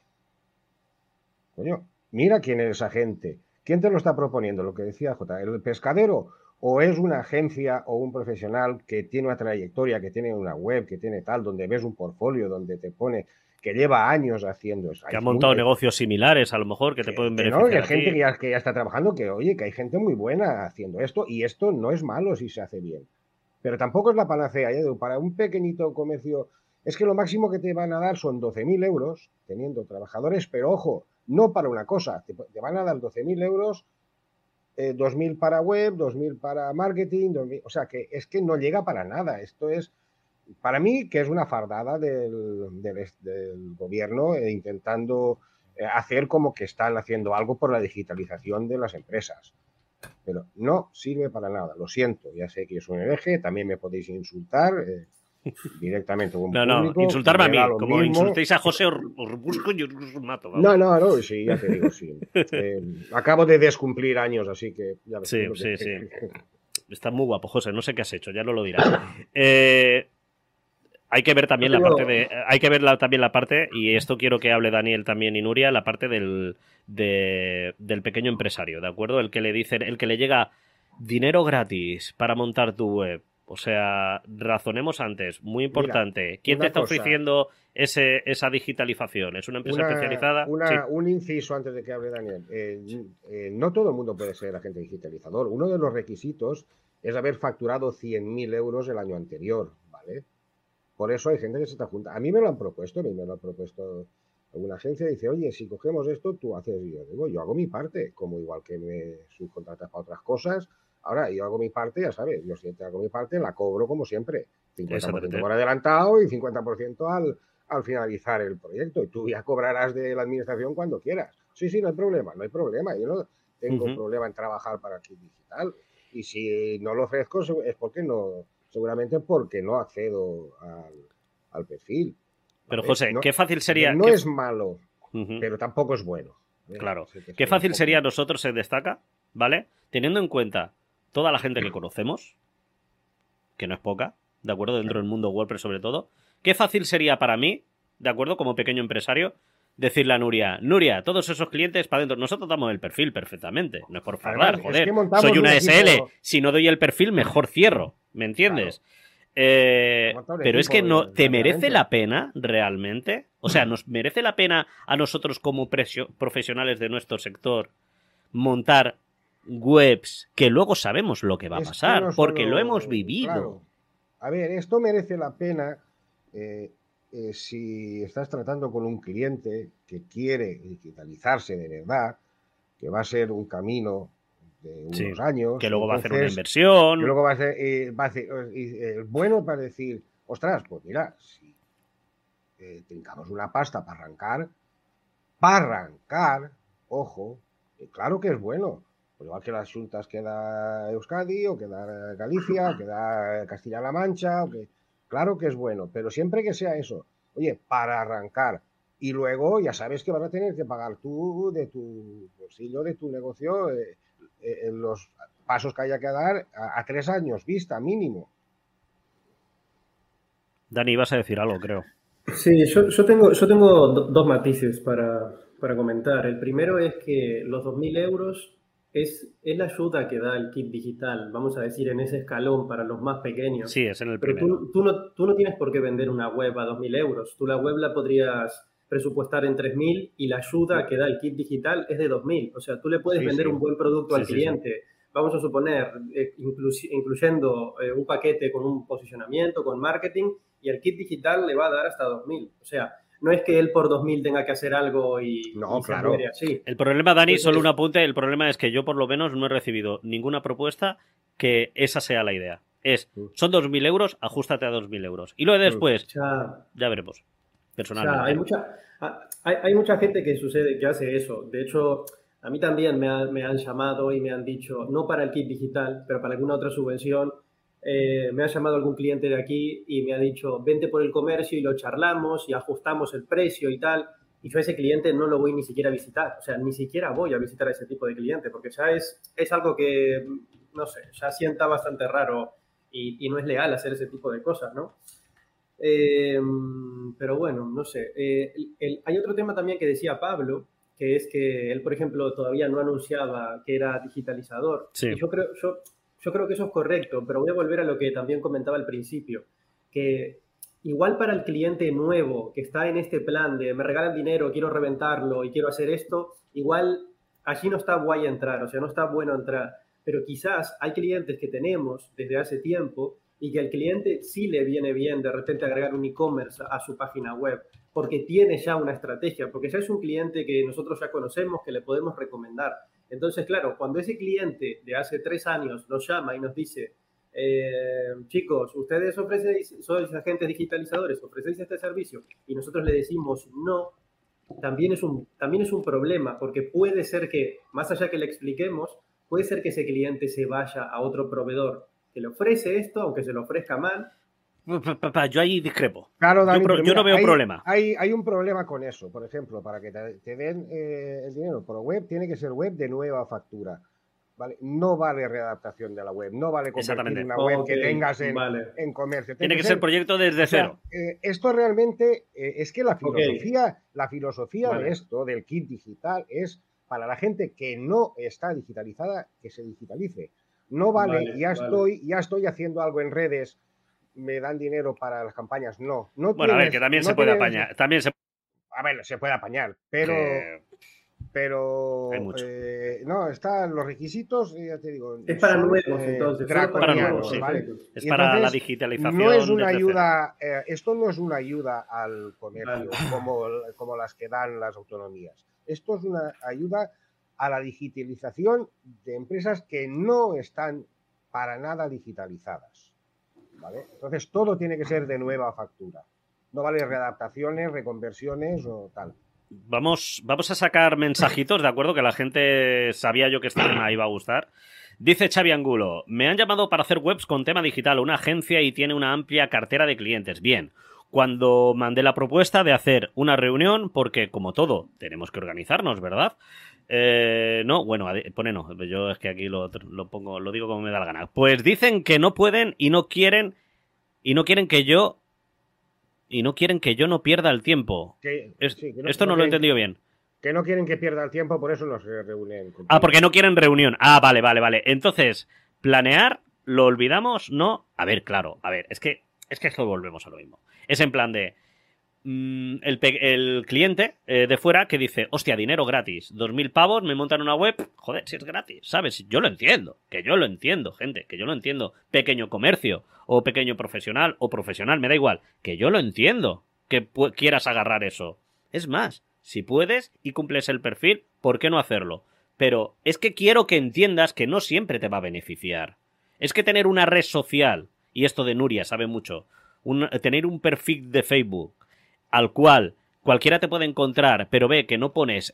Coño, mira quién es esa gente. ¿Quién te lo está proponiendo? Lo que decía J. ¿El pescadero? ¿O es una agencia o un profesional que tiene una trayectoria, que tiene una web, que tiene tal, donde ves un portfolio, donde te pone que lleva años haciendo eso? Que ha montado muy, negocios similares, a lo mejor, que, que te pueden que beneficiar. No, que hay gente que ya, que ya está trabajando, que oye, que hay gente muy buena haciendo esto, y esto no es malo si se hace bien. Pero tampoco es la panacea, ¿eh? Para un pequeñito comercio, es que lo máximo que te van a dar son doce mil euros, teniendo trabajadores, pero ojo, no para una cosa, te, te van a dar doce mil euros, eh, dos mil para web, dos mil para marketing, dos mil, o sea, que es que no llega para nada. Esto es, para mí, que es una fardada del, del, del gobierno eh, intentando eh, hacer como que están haciendo algo por la digitalización de las empresas. Pero no sirve para nada, lo siento, ya sé que es un hereje, también me podéis insultar eh, directamente con un no, público. No, insultarme a mí, como mismo. insultéis a José, os, os busco y os mato. Vamos. No, no, no, sí, ya te digo, sí. Eh, acabo de descumplir años, así que ya ves. Sí, que... sí, sí. Está muy guapo, José, no sé qué has hecho, ya no lo dirás. Eh... Hay que ver también la parte de. Hay que ver la, también la parte, y esto quiero que hable Daniel también y Nuria, la parte del, de, del pequeño empresario, ¿de acuerdo? El que le dicen, el que le llega dinero gratis para montar tu web. O sea, razonemos antes, muy importante. Mira, ¿quién te está cosa, ofreciendo ese, esa digitalización? ¿Es una empresa una, especializada? Una, sí. Un inciso antes de que hable Daniel. Eh, eh, no todo el mundo puede ser agente digitalizador. Uno de los requisitos es haber facturado cien mil euros el año anterior, ¿vale? Por eso hay gente que se está junta. A mí me lo han propuesto, a mí me lo ha propuesto alguna agencia, y dice, oye, si cogemos esto, tú haces, y yo digo, yo hago mi parte, como igual que me subcontratas para otras cosas. Ahora, yo hago mi parte, ya sabes, yo si te hago mi parte, la cobro como siempre, cincuenta por ciento por adelantado y cincuenta por ciento al, al finalizar el proyecto, y tú ya cobrarás de la administración cuando quieras. Sí, sí, no hay problema, no hay problema, yo no tengo uh-huh. problema en trabajar para Kit Digital, y si no lo ofrezco es porque no... seguramente porque no accedo al, al perfil. Pero José, no, qué fácil sería... No qué... es malo, uh-huh. pero tampoco es bueno. Claro. Qué fácil sería nosotros se destaca, ¿vale? Teniendo en cuenta toda la gente que conocemos, que no es poca, ¿de acuerdo? Dentro del mundo WordPress sobre todo. Qué fácil sería para mí, ¿de acuerdo? Como pequeño empresario, decirle a Nuria, Nuria, todos esos clientes para adentro. Nosotros damos el perfil perfectamente. No es por fardar, joder. Es que soy una un S L. Equipo... Si no doy el perfil, mejor cierro. ¿Me entiendes? Claro. Eh, pero es que no te merece la pena realmente. O sea, ¿nos merece la pena a nosotros como profesionales de nuestro sector montar webs que luego sabemos lo que va a pasar? No porque solo... lo hemos vivido. Claro. A ver, esto merece la pena eh, eh, si estás tratando con un cliente que quiere digitalizarse de verdad, que va a ser un camino de unos sí, años. Que luego entonces, va a hacer una inversión. Que luego va a ser, eh, va a hacer eh, bueno para decir, ostras, pues mira, si eh, tengamos una pasta para arrancar, para arrancar, ojo, eh, claro que es bueno. Pues igual que las juntas que da Euskadi, o que da Galicia, o que da Castilla-La Mancha, o que, claro que es bueno, pero siempre que sea eso, oye, para arrancar. Y luego ya sabes que vas a tener que pagar tú de tu bolsillo, de tu negocio, eh, eh, los pasos que haya que dar a, a tres años vista, mínimo. Dani, ibas a decir algo, creo. Sí, yo, yo tengo, yo tengo do, dos matices para, para comentar. El primero es que los dos mil euros es, es la ayuda que da el kit digital, vamos a decir, en ese escalón para los más pequeños. Sí, es en el Pero primero. tú, tú, no, tú no tienes por qué vender una web a dos mil euros. Tú la web la podrías presupuestar en tres mil y la ayuda que da el kit digital es de dos mil. O sea, tú le puedes sí, vender sí. un buen producto sí, al cliente. Sí, sí. Vamos a suponer, eh, inclu incluyendo eh, un paquete con un posicionamiento, con marketing, y el kit digital le va a dar hasta dos mil. O sea, no es que él por dos mil tenga que hacer algo y, no, y claro. se muere así. El problema, Dani, Entonces, solo un apunte, el problema es que yo por lo menos no he recibido ninguna propuesta que esa sea la idea. Es, son dos mil euros, ajustate a dos mil euros. Y lo de después, ya, ya veremos. Personalmente. O sea, hay, mucha, hay, hay mucha gente que sucede, que hace eso. De hecho, A mí también me, ha, me han llamado y me han dicho, no para el kit digital, pero para alguna otra subvención, eh, me ha llamado algún cliente de aquí y me ha dicho, vente por el comercio y lo charlamos y ajustamos el precio y tal. Y yo a ese cliente no lo voy ni siquiera a visitar. O sea, ni siquiera voy a visitar a ese tipo de cliente, porque ya es, es algo que, no sé, ya sienta bastante raro y, y no es legal hacer ese tipo de cosas, ¿no? Eh, pero bueno, no sé. Eh, el, el, hay otro tema también que decía Pablo, que es que él, por ejemplo, todavía no anunciaba que era digitalizador. Sí. Y yo creo, yo, yo creo que eso es correcto, pero voy a volver a lo que también comentaba al principio, que igual para el cliente nuevo que está en este plan de me regalan dinero, quiero reventarlo y quiero hacer esto, igual allí no está guay entrar, o sea, no está bueno entrar. Pero quizás hay clientes que tenemos desde hace tiempo y que al cliente sí le viene bien de repente agregar un e-commerce a su página web, porque tiene ya una estrategia, porque ya es un cliente que nosotros ya conocemos, que le podemos recomendar. Entonces, claro, cuando ese cliente de hace tres años nos llama y nos dice, eh, chicos, ustedes ofrecéis, sois agentes digitalizadores, ofrecéis este servicio, y nosotros le decimos no, también es un, también es un problema, porque puede ser que, más allá que le expliquemos, puede ser que ese cliente se vaya a otro proveedor que le ofrece esto, aunque se lo ofrezca mal. Yo ahí discrepo. Claro, David, yo, pro, mira, yo no veo hay, problema. Hay, hay un problema con eso. Por ejemplo, para que te, te den eh, el dinero por web, tiene que ser web de nueva factura. ¿Vale? No vale readaptación de la web, no vale convertir una web okay, que tengas en, vale. en comercio. Tiene, tiene que, que ser proyecto desde cero. O sea, eh, esto realmente eh, es que la filosofía, okay. la filosofía vale. de esto, del kit digital, es para la gente que no está digitalizada, que se digitalice. No vale, vale ya, vale. Estoy, ya estoy haciendo algo en redes, me dan dinero para las campañas. No, no Bueno, tienes, a ver, que también no se puede tienes, apañar. También se... A ver, se puede apañar, pero... Que... Pero eh, no, están los requisitos, ya te digo. Es para son, nuevos, eh, entonces. Para nuevos, sí. ¿vale? Es para entonces, la digitalización. No es una ayuda, eh, esto no es una ayuda al comercio vale. como, como las que dan las autonomías. Esto es una ayuda a la digitalización de empresas que no están para nada digitalizadas. ¿Vale? Entonces todo tiene que ser de nueva factura. No vale readaptaciones, reconversiones o tal. Vamos, vamos a sacar mensajitos, ¿de acuerdo? Que la gente sabía yo que este tema iba a gustar. Dice Xavi Angulo, me han llamado para hacer webs con tema digital, una agencia y tiene una amplia cartera de clientes. Bien, cuando mandé la propuesta de hacer una reunión, porque como todo, tenemos que organizarnos, ¿verdad? Eh, no, bueno, pone no, yo es que aquí lo, lo pongo, lo digo como me da la gana. Pues dicen que no pueden y no quieren, y no quieren que yo... Y no quieren que yo no pierda el tiempo. Que, es, sí, que no, esto no, no lo he entendido bien. Que no quieren que pierda el tiempo, por eso no se reúnen. Contigo. Ah, porque no quieren reunión. Ah, vale, vale, vale. Entonces, planear, ¿lo olvidamos? No. A ver, claro, a ver, es que es que esto volvemos a lo mismo. Es en plan de... Mmm, el, el cliente eh, de fuera que dice, hostia, dinero gratis, dos mil pavos, me montan una web, joder, si es gratis, ¿sabes? Yo lo entiendo, que yo lo entiendo, gente, que yo lo entiendo. Pequeño comercio, o pequeño profesional, o profesional, me da igual, que yo lo entiendo, que quieras agarrar eso. Es más, si puedes y cumples el perfil, ¿por qué no hacerlo? Pero es que quiero que entiendas que no siempre te va a beneficiar. Es que tener una red social, y esto de Nuria sabe mucho, un, tener un perfil de Facebook, al cual cualquiera te puede encontrar, pero ve que no pones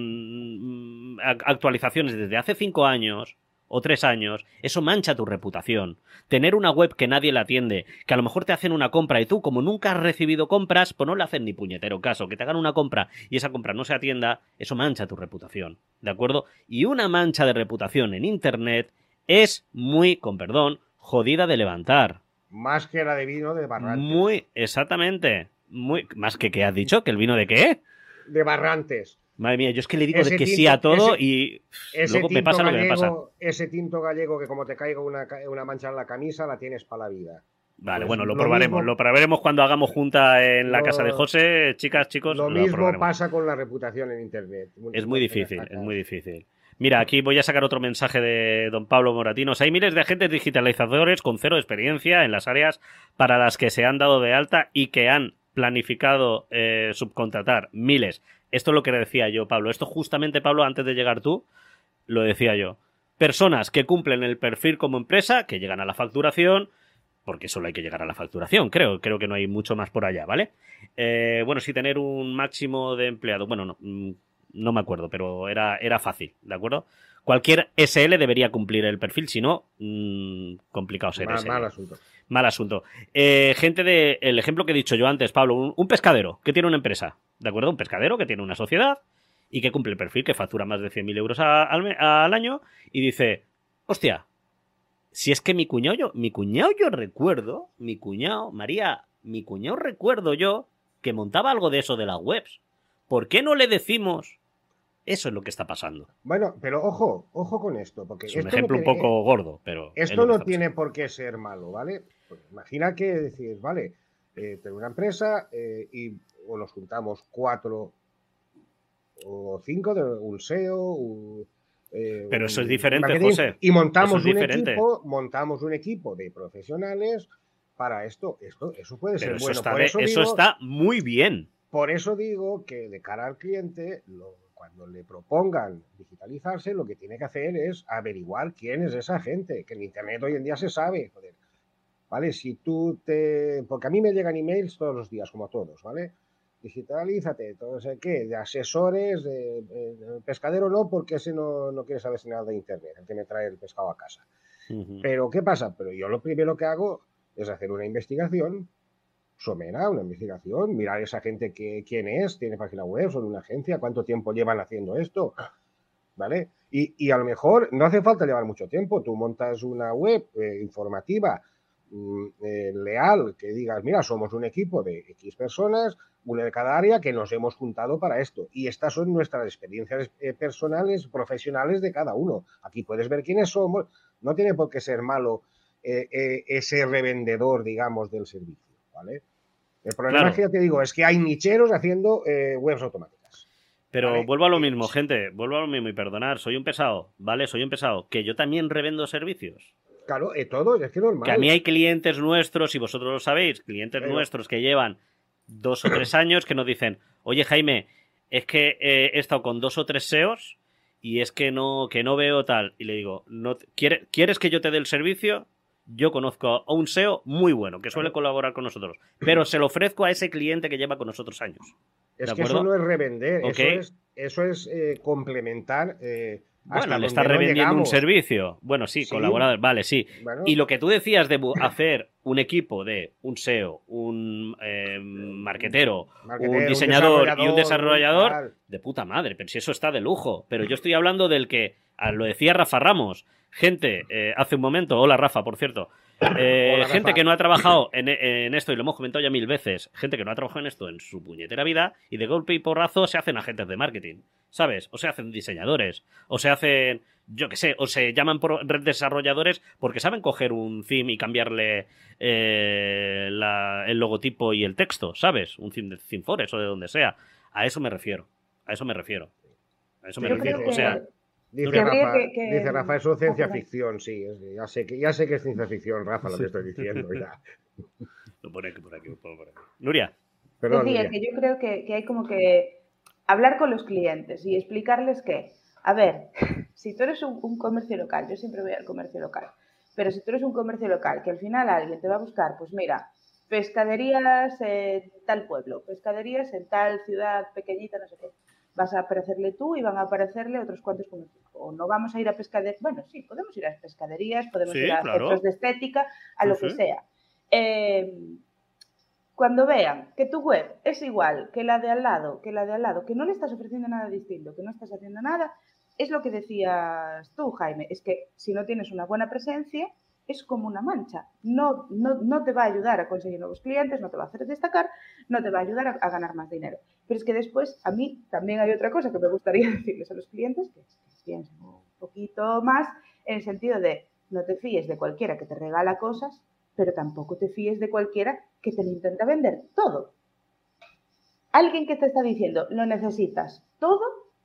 en actualizaciones desde hace cinco años o tres años, eso mancha tu reputación. Tener una web que nadie la atiende, que a lo mejor te hacen una compra y tú, como nunca has recibido compras, pues no le hacen ni puñetero caso. Que te hagan una compra y esa compra no se atienda, eso mancha tu reputación, ¿de acuerdo? Y una mancha de reputación en Internet es muy, con perdón, jodida de levantar. Más que la de vino de Barrantes. Muy, exactamente. Muy, más que ¿qué has dicho? ¿Que el vino de qué? De Barrantes. Madre mía, yo es que le digo ese de que tinto, sí a todo ese, y luego me pasa gallego, lo que me pasa. Ese tinto gallego que como te caiga una, una mancha en la camisa la tienes para la vida. Vale, pues bueno, lo, lo probaremos. Mismo, lo probaremos cuando hagamos junta en la lo, casa de José. Chicas, chicos, lo, lo mismo probaremos. pasa con la reputación en Internet. Es muy difícil, es muy difícil. Mira, aquí voy a sacar otro mensaje de don Pablo Moratinos. Hay miles de agentes digitalizadores con cero experiencia en las áreas para las que se han dado de alta y que han planificado eh, subcontratar. Miles. Esto es lo que decía yo, Pablo. Esto justamente, Pablo, antes de llegar tú, lo decía yo. Personas que cumplen el perfil como empresa, que llegan a la facturación, porque solo hay que llegar a la facturación, creo. Creo que no hay mucho más por allá, ¿vale? Eh, bueno, sí tener un máximo de empleados. Bueno, no... no me acuerdo, pero era, era fácil, ¿de acuerdo? Cualquier S L debería cumplir el perfil, si no, mmm, complicado ser mal, S L. mal asunto. Mal asunto. Eh, gente de... El ejemplo que he dicho yo antes, Pablo, un, un pescadero que tiene una empresa, ¿de acuerdo? Un pescadero que tiene una sociedad y que cumple el perfil, que factura más de cien mil euros a, al, al año y dice, hostia, si es que mi cuñado yo, mi cuñado yo recuerdo, mi cuñado, María, mi cuñado recuerdo yo que montaba algo de eso de las webs. ¿Por qué no le decimos? Eso es lo que está pasando. Bueno, pero ojo, ojo con esto, porque es un esto ejemplo no tiene, un poco gordo, pero esto no tiene pasando. por qué ser malo, ¿vale? Pues imagina que decís, vale, eh, tengo una empresa eh, y o nos juntamos cuatro o cinco de un S E O, un, eh, pero un, eso es diferente, José. Y montamos es un diferente. equipo, montamos un equipo de profesionales para esto. Esto, eso puede pero ser eso bueno. Está por de, eso, eso digo, está muy bien. Por eso digo que de cara al cliente, lo, cuando le propongan digitalizarse, lo que tiene que hacer es averiguar quién es esa gente, que en Internet hoy en día se sabe, joder. ¿Vale? Si tú te... Porque a mí me llegan emails todos los días, como a todos, ¿vale? Digitalízate, todo sé qué, de asesores, de, de, de pescadero no, porque ese no, no quiere saber nada de Internet, el que me trae el pescado a casa. Uh-huh. Pero, ¿qué pasa? Pero yo lo primero que hago es hacer una investigación somera, una investigación, mirar esa gente que, quién es, tiene página web, son una agencia, cuánto tiempo llevan haciendo esto, ¿vale? Y, y a lo mejor no hace falta llevar mucho tiempo, tú montas una web eh, informativa, eh, leal, que digas, mira, somos un equipo de X personas, una de cada área, que nos hemos juntado para esto. Y estas son nuestras experiencias eh, personales, profesionales de cada uno. Aquí puedes ver quiénes somos. No tiene por qué ser malo eh, eh, ese revendedor, digamos, del servicio, ¿vale? El problema claro. es que ya te digo, es que hay nicheros haciendo eh, webs automáticas. Pero ¿vale? vuelvo a lo mismo, gente, vuelvo a lo mismo y perdonar, soy un pesado, ¿vale? Soy un pesado, que yo también revendo servicios. Claro, eh, todo, es que normal. Que a mí hay clientes nuestros, y vosotros lo sabéis, clientes Pero... nuestros que llevan dos o tres años que nos dicen, oye Jaime, es que eh, he estado con dos o tres S E Os y es que no, que no veo tal. Y le digo, no, ¿quieres, ¿quieres que yo te dé el servicio? Yo conozco a un S E O muy bueno que suele colaborar con nosotros, pero se lo ofrezco a ese cliente que lleva con nosotros años. Es que eso no es revender, okay. eso es, eso es eh, complementar. Eh, bueno, le está revendiendo no un servicio. Bueno, sí, sí, colaborador, vale, sí. Bueno. Y lo que tú decías de hacer un equipo de un S E O, un eh, marquetero, marquetero, un diseñador un y un desarrollador, tal. De puta madre, pero si eso está de lujo. Pero yo estoy hablando del que, lo decía Rafa Ramos, gente, eh, hace un momento, hola Rafa, por cierto, eh, hola, gente Rafa. Que no ha trabajado en, en esto, y lo hemos comentado ya mil veces, gente que no ha trabajado en esto en su puñetera vida, y de golpe y porrazo se hacen agentes de marketing, ¿sabes? O se hacen diseñadores, o se hacen, yo qué sé, o se llaman por desarrolladores porque saben coger un theme y cambiarle eh, la, el logotipo y el texto, ¿sabes? Un theme de Cinfores o de donde sea. A eso me refiero, a eso me refiero. A eso me yo refiero, que... o sea... Dice Rafa, que, que... dice Rafa, eso es ciencia ficción, sí. Es, ya, sé que, ya sé que es ciencia ficción, Rafa, lo que estoy diciendo. Ya. Lo pone aquí, por aquí, lo pongo por aquí. Nuria. Perdón, Decía Nuria. que yo creo que, que hay como que hablar con los clientes y explicarles que, a ver, si tú eres un, un comercio local, yo siempre voy al comercio local, pero si tú eres un comercio local que al final alguien te va a buscar, pues mira, pescaderías en tal pueblo, pescaderías en tal ciudad pequeñita, no sé qué. Vas a aparecerle tú y van a aparecerle otros cuantos como tú. O no vamos a ir a pescaderías. Bueno, sí, podemos ir a pescaderías, podemos sí, ir a claro. centros de estética, a sí, lo que sí. sea. Eh, cuando vean que tu web es igual que la de al lado, que la de al lado, que no le estás ofreciendo nada distinto, que no estás haciendo nada, es lo que decías tú, Jaime. Es que si no tienes una buena presencia, es como una mancha. No, no, no te va a ayudar a conseguir nuevos clientes, no te va a hacer destacar, no te va a ayudar a, a ganar más dinero. Pero es que después, a mí también hay otra cosa que me gustaría decirles a los clientes, que es que piensen un poquito más en el sentido de no te fíes de cualquiera que te regala cosas, pero tampoco te fíes de cualquiera que te lo intenta vender todo. Alguien que te está diciendo, lo necesitas todo,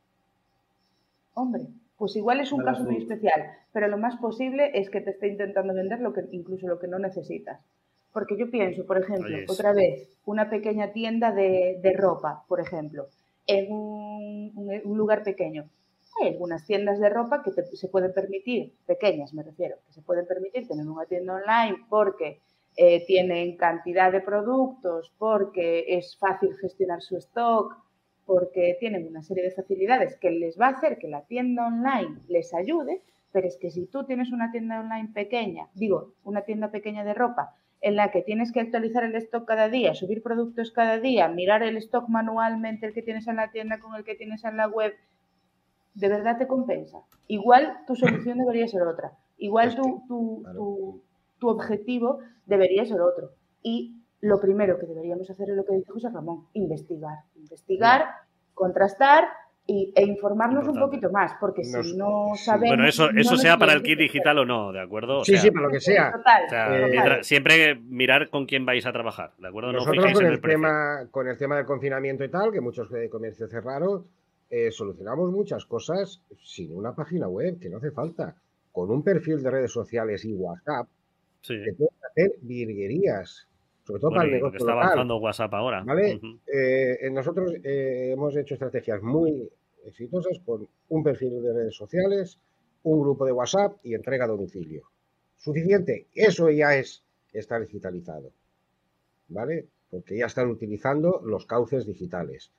hombre, pues igual es un caso muy especial, pero lo más posible es que te esté intentando vender lo que, incluso lo que no necesitas. Porque yo pienso, por ejemplo, Ay, otra vez, una pequeña tienda de, de ropa, por ejemplo, en un, un, un lugar pequeño. Hay algunas tiendas de ropa que te, se pueden permitir, pequeñas me refiero, que se pueden permitir tener una tienda online porque eh, tienen cantidad de productos, porque es fácil gestionar su stock, porque tienen una serie de facilidades que les va a hacer que la tienda online les ayude, pero es que si tú tienes una tienda online pequeña, digo, una tienda pequeña de ropa, en la que tienes que actualizar el stock cada día, subir productos cada día, mirar el stock manualmente, el que tienes en la tienda con el que tienes en la web, ¿de verdad te compensa? Igual tu solución debería ser otra. Igual tu, tu, tu, tu objetivo debería ser otro. Y lo primero que deberíamos hacer es lo que dice José Ramón, investigar. Investigar, contrastar y, e informarnos Importante. un poquito más, porque Nos, si no sí. sabemos... Bueno, eso, eso no sea para el kit digital o no, ¿de acuerdo? O sí, sea, sí, para lo que sea. Total, o sea eh, mientras, siempre mirar con quién vais a trabajar, ¿de acuerdo? No Nosotros fijéis con en el, el precio. tema, con el tema del confinamiento y tal, que muchos comercios cerraron, eh, solucionamos muchas cosas sin una página web, que no hace falta. Con un perfil de redes sociales y WhatsApp, sí. te puedes hacer virguerías, sobre todo bueno, para el y negocio lo que está local, avanzando WhatsApp ahora. ¿vale? Uh-huh. eh, nosotros eh, hemos hecho estrategias muy exitosas con un perfil de redes sociales, un grupo de WhatsApp y entrega a domicilio. Suficiente, eso ya es estar digitalizado, ¿vale? Porque ya están utilizando los cauces digitales.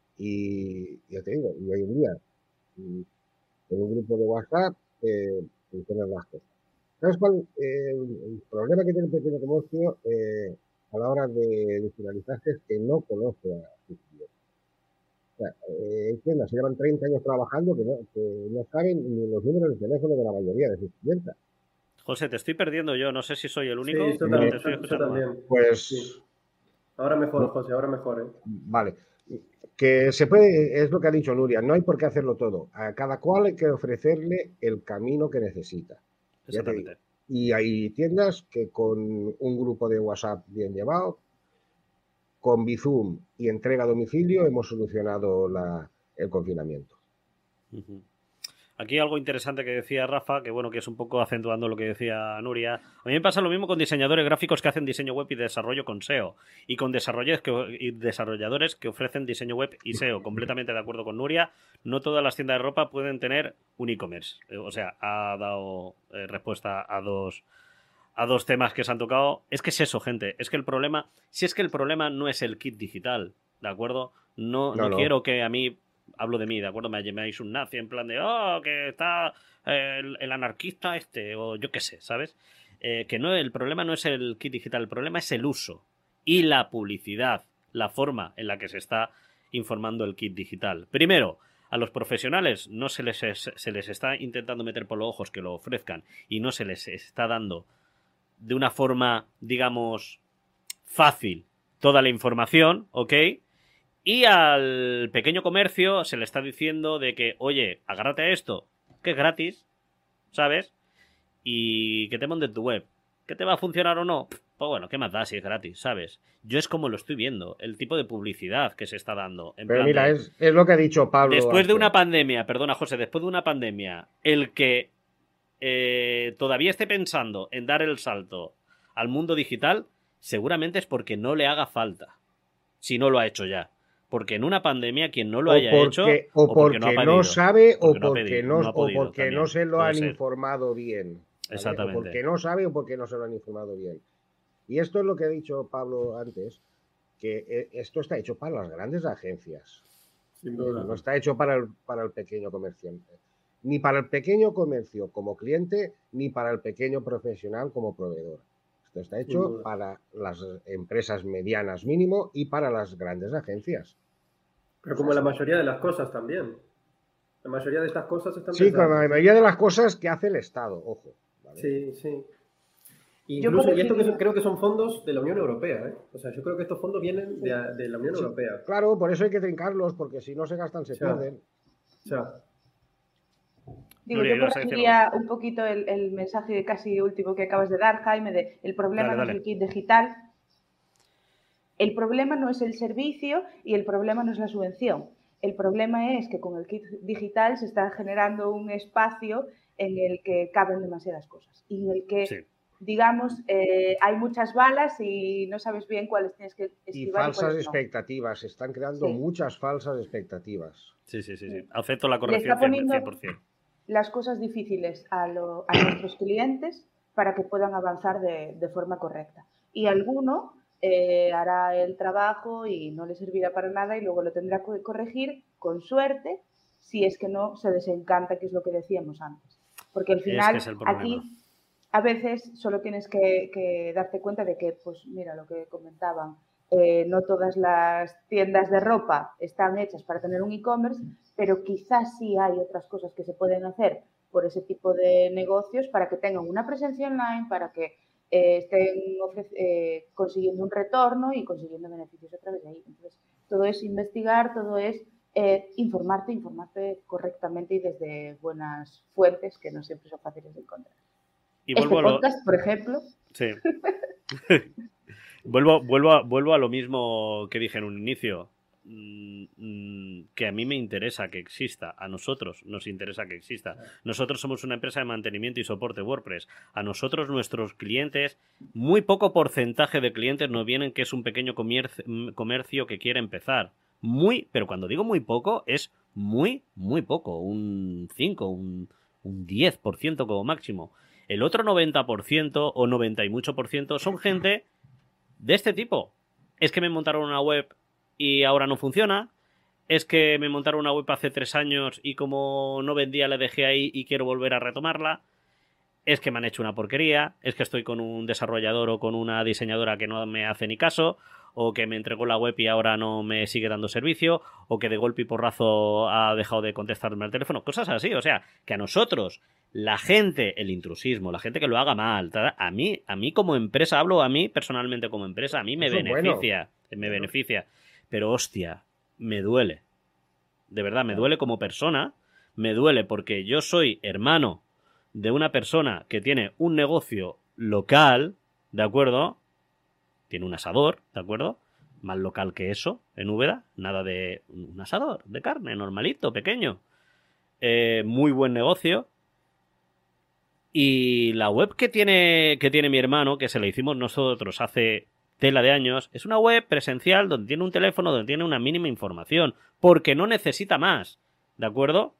Y ya te digo, y hoy en día, y en un grupo de WhatsApp, eh, funcionan las cosas. ¿Sabes cuál? Eh, el problema que tiene el pequeño comercio eh, a la hora de digitalizarse es que no conoce a sus clientes. O sea, eh, tiendas se llevan treinta años trabajando que no, que no saben ni los números de teléfono de la mayoría de sus clientes. José, te estoy perdiendo yo, no sé si soy el único, sí, pero también, te estoy escuchando mal. Pues... Sí. Ahora mejor, José, ahora mejor. ¿eh? Vale. Que se puede, es lo que ha dicho Nuria, no hay por qué hacerlo todo. A cada cual hay que ofrecerle el camino que necesita. Exactamente. Y hay tiendas que con un grupo de WhatsApp bien llevado, con Bizum y entrega a domicilio, hemos solucionado la, el confinamiento. Uh-huh. Aquí algo interesante que decía Rafa, que bueno, que es un poco acentuando lo que decía Nuria. A mí me pasa lo mismo con diseñadores gráficos que hacen diseño web y desarrollo con S E O. Y con desarrolladores que, y desarrolladores que ofrecen diseño web y S E O. Completamente de acuerdo con Nuria. No todas las tiendas de ropa pueden tener un e-commerce. O sea, ha dado eh, respuesta a dos, a dos temas que se han tocado. Es que es eso, gente. Es que el problema, si es que el problema no es el kit digital, ¿de acuerdo? No, no, no, no. quiero que a mí... Hablo de mí, ¿de acuerdo? Me llamáis un nazi en plan de, oh, que está el, el anarquista este, o yo qué sé, ¿sabes? Eh, que no, el problema no es el kit digital, el problema es el uso y la publicidad, la forma en la que se está informando el kit digital. Primero, a los profesionales no se les, es, se les está intentando meter por los ojos que lo ofrezcan y no se les está dando de una forma, digamos, fácil toda la información, ¿ok? Y al pequeño comercio se le está diciendo de que, oye, agárrate a esto, que es gratis, ¿sabes? Y que te montes tu web. ¿Que te va a funcionar o no? Pues bueno, ¿qué más da si es gratis, ¿sabes? Yo es como lo estoy viendo, el tipo de publicidad que se está dando. En Pero plan mira, de, es, es lo que ha dicho Pablo. Después antes. de una pandemia, perdona José, después de una pandemia, el que eh, todavía esté pensando en dar el salto al mundo digital, seguramente es porque no le haga falta, si no lo ha hecho ya. Porque en una pandemia quien no lo haya porque, hecho o porque, o porque no, ha pedido, no sabe porque o porque no, no, ha podido, o porque no se lo han ser. informado bien. ¿Vale? Exactamente. O porque no sabe o porque no se lo han informado bien. Y esto es lo que ha dicho Pablo antes, que esto está hecho para las grandes agencias. Sin duda. No está hecho para el, para el pequeño comerciante. Ni para el pequeño comercio como cliente, ni para el pequeño profesional como proveedor. Esto está hecho para las empresas medianas mínimo y para las grandes agencias. Pero como la mayoría de las cosas también. La mayoría de estas cosas están Sí, como la mayoría de las cosas que hace el Estado, ojo. ¿vale? Sí, sí. Incluso, y esto que son, creo que son fondos de la Unión Europea, ¿eh? O sea, yo creo que estos fondos vienen de, de la Unión sí, Europea. Claro, por eso hay que trincarlos, porque si no se gastan, se o sea, pierden. O sea, Digo, yo corregiría un poquito el, el mensaje casi último que acabas de dar, Jaime, de el problema dale, no dale. es el kit digital. El problema no es el servicio y el problema no es la subvención. El problema es que con el kit digital se está generando un espacio en el que caben demasiadas cosas y en el que, sí. digamos, eh, hay muchas balas y no sabes bien cuáles tienes que esquivar. Y falsas y expectativas. Se están creando sí. muchas falsas expectativas. Sí, sí, sí. sí. Acepto la corrección cien por ciento. Las cosas difíciles a, lo, a nuestros clientes para que puedan avanzar de, de forma correcta. Y alguno eh, hará el trabajo y no le servirá para nada y luego lo tendrá que corregir con suerte si es que no se desencanta, que es lo que decíamos antes. Porque al final, es que es el problema. aquí a veces solo tienes que, que darte cuenta de que, pues mira, lo que comentaban, eh, no todas las tiendas de ropa están hechas para tener un e-commerce, pero quizás sí hay otras cosas que se pueden hacer por ese tipo de negocios para que tengan una presencia online, para que eh, estén eh, consiguiendo un retorno y consiguiendo beneficios a través de ahí. Entonces, todo es investigar, todo es eh, informarte, informarte correctamente y desde buenas fuentes que no siempre son fáciles de encontrar. Y vuelvo este a lo... podcast, por ejemplo. Sí. vuelvo, vuelvo, a, vuelvo a lo mismo que dije en un inicio. Que a mí me interesa que exista, a nosotros nos interesa que exista. Nosotros somos una empresa de mantenimiento y soporte WordPress. A nosotros nuestros clientes, muy poco porcentaje de clientes nos vienen que es un pequeño comercio, comercio que quiere empezar. Muy, pero cuando digo muy poco es muy, muy poco, un cinco, un, un diez por ciento como máximo. El otro noventa por ciento o noventa y mucho por ciento son gente de este tipo. Es que me montaron una web y ahora no funciona. Es que me montaron una web hace tres años y como no vendía la dejé ahí y quiero volver a retomarla. Es que me han hecho una porquería. Es que estoy con un desarrollador o con una diseñadora que no me hace ni caso. O que me entregó la web y ahora no me sigue dando servicio. O que de golpe y porrazo ha dejado de contestarme al teléfono. Cosas así. O sea, que a nosotros, la gente, el intrusismo, la gente que lo haga mal, a mí, a mí como empresa, hablo a mí personalmente como empresa, a mí me Eso es beneficia. bueno. Me beneficia. Pero hostia, me duele. De verdad, me duele como persona. Me duele porque yo soy hermano de una persona que tiene un negocio local, ¿de acuerdo? Tiene un asador, ¿de acuerdo? Más local que eso, en Úbeda. Nada de un asador de carne, normalito, pequeño. Eh, muy buen negocio. Y la web que tiene, que tiene mi hermano, que se la hicimos nosotros hace tela de años, es una web presencial donde tiene un teléfono, donde tiene una mínima información, porque no necesita más, ¿de acuerdo?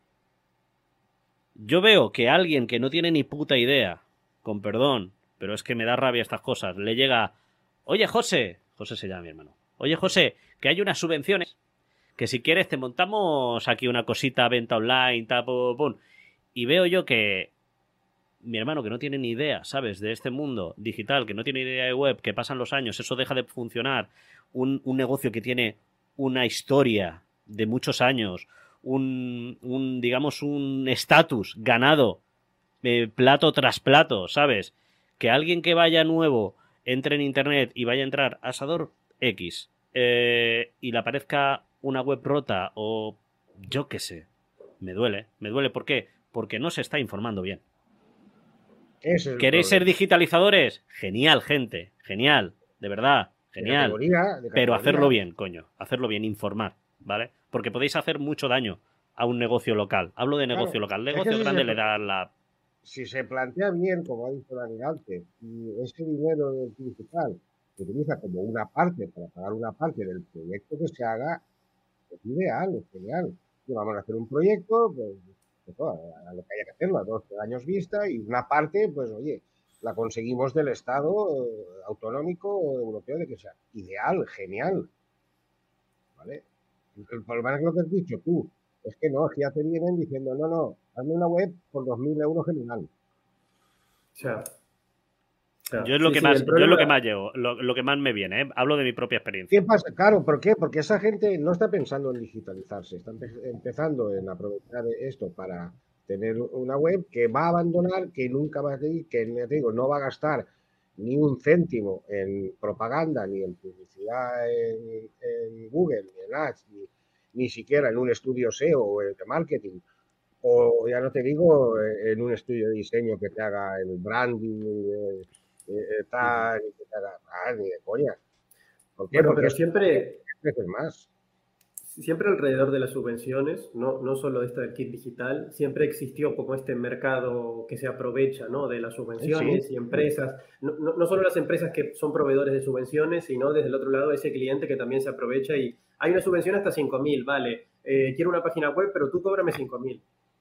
Yo veo que alguien que no tiene ni puta idea, con perdón, pero es que me da rabia estas cosas, le llega, oye José, José se llama mi hermano, oye José, que hay unas subvenciones, que si quieres te montamos aquí una cosita, venta online, tal, pum, pum, y veo yo que mi hermano que no tiene ni idea, ¿sabes? De este mundo digital, que no tiene idea de web, que pasan los años, eso deja de funcionar. Un, un negocio que tiene una historia de muchos años, un, un digamos, un estatus ganado, eh, plato tras plato, ¿sabes? Que alguien que vaya nuevo entre en internet y vaya a entrar a Asador X eh, y le aparezca una web rota o yo qué sé, me duele, me duele. ¿Por qué? Porque no se está informando bien. Ese es ¿Queréis el ser problema. digitalizadores? Genial, gente. Genial. De verdad. Genial. De categoría, de categoría. Pero hacerlo bien, coño. Hacerlo bien, informar. ¿Vale? Porque podéis hacer mucho daño a un negocio local. Hablo de negocio Claro, local. es que Negocio si grande se- le da la... Si se plantea bien, como ha dicho Dani antes, y ese dinero del principal se utiliza como una parte para pagar una parte del proyecto que se haga, es ideal, es genial. Y vamos a hacer un proyecto, pues, pues, a a lo que haya que hacerlo, a dos años vista, y una parte, pues oye, la conseguimos del Estado eh, autonómico o europeo, de que sea ideal, genial. ¿Vale? El problema es lo que has dicho tú, es que no, es que ya te vienen diciendo, no, no, hazme una web por dos mil euros general. O sea, claro. Yo es lo Sí, que sí, más, el yo es lo que problema- más llevo, lo, lo que más me viene, ¿eh? Hablo de mi propia experiencia. ¿Qué pasa? Claro, ¿por qué? Porque esa gente no está pensando en digitalizarse, está empe- empezando en aprovechar esto para tener una web que va a abandonar, que nunca va a ir, que ya te digo, no va a gastar ni un céntimo en propaganda, ni en publicidad en, en Google, ni en Ads, ni, ni siquiera en un estudio S E O o de marketing, o ya no te digo eh, en un estudio de diseño que te haga el branding, eh, eh, tal, y que te haga, ah, ni de coña. ¿Por qué? Bueno, Porque pero esto siempre, veces más. siempre alrededor de las subvenciones, no, no solo esta del kit digital, siempre existió como este mercado que se aprovecha, ¿no? De las subvenciones Sí. y empresas, no, no, no solo las empresas que son proveedores de subvenciones, sino desde el otro lado ese cliente que también se aprovecha y hay una subvención hasta cinco mil, vale, eh, quiero una página web, pero tú cóbrame cinco mil.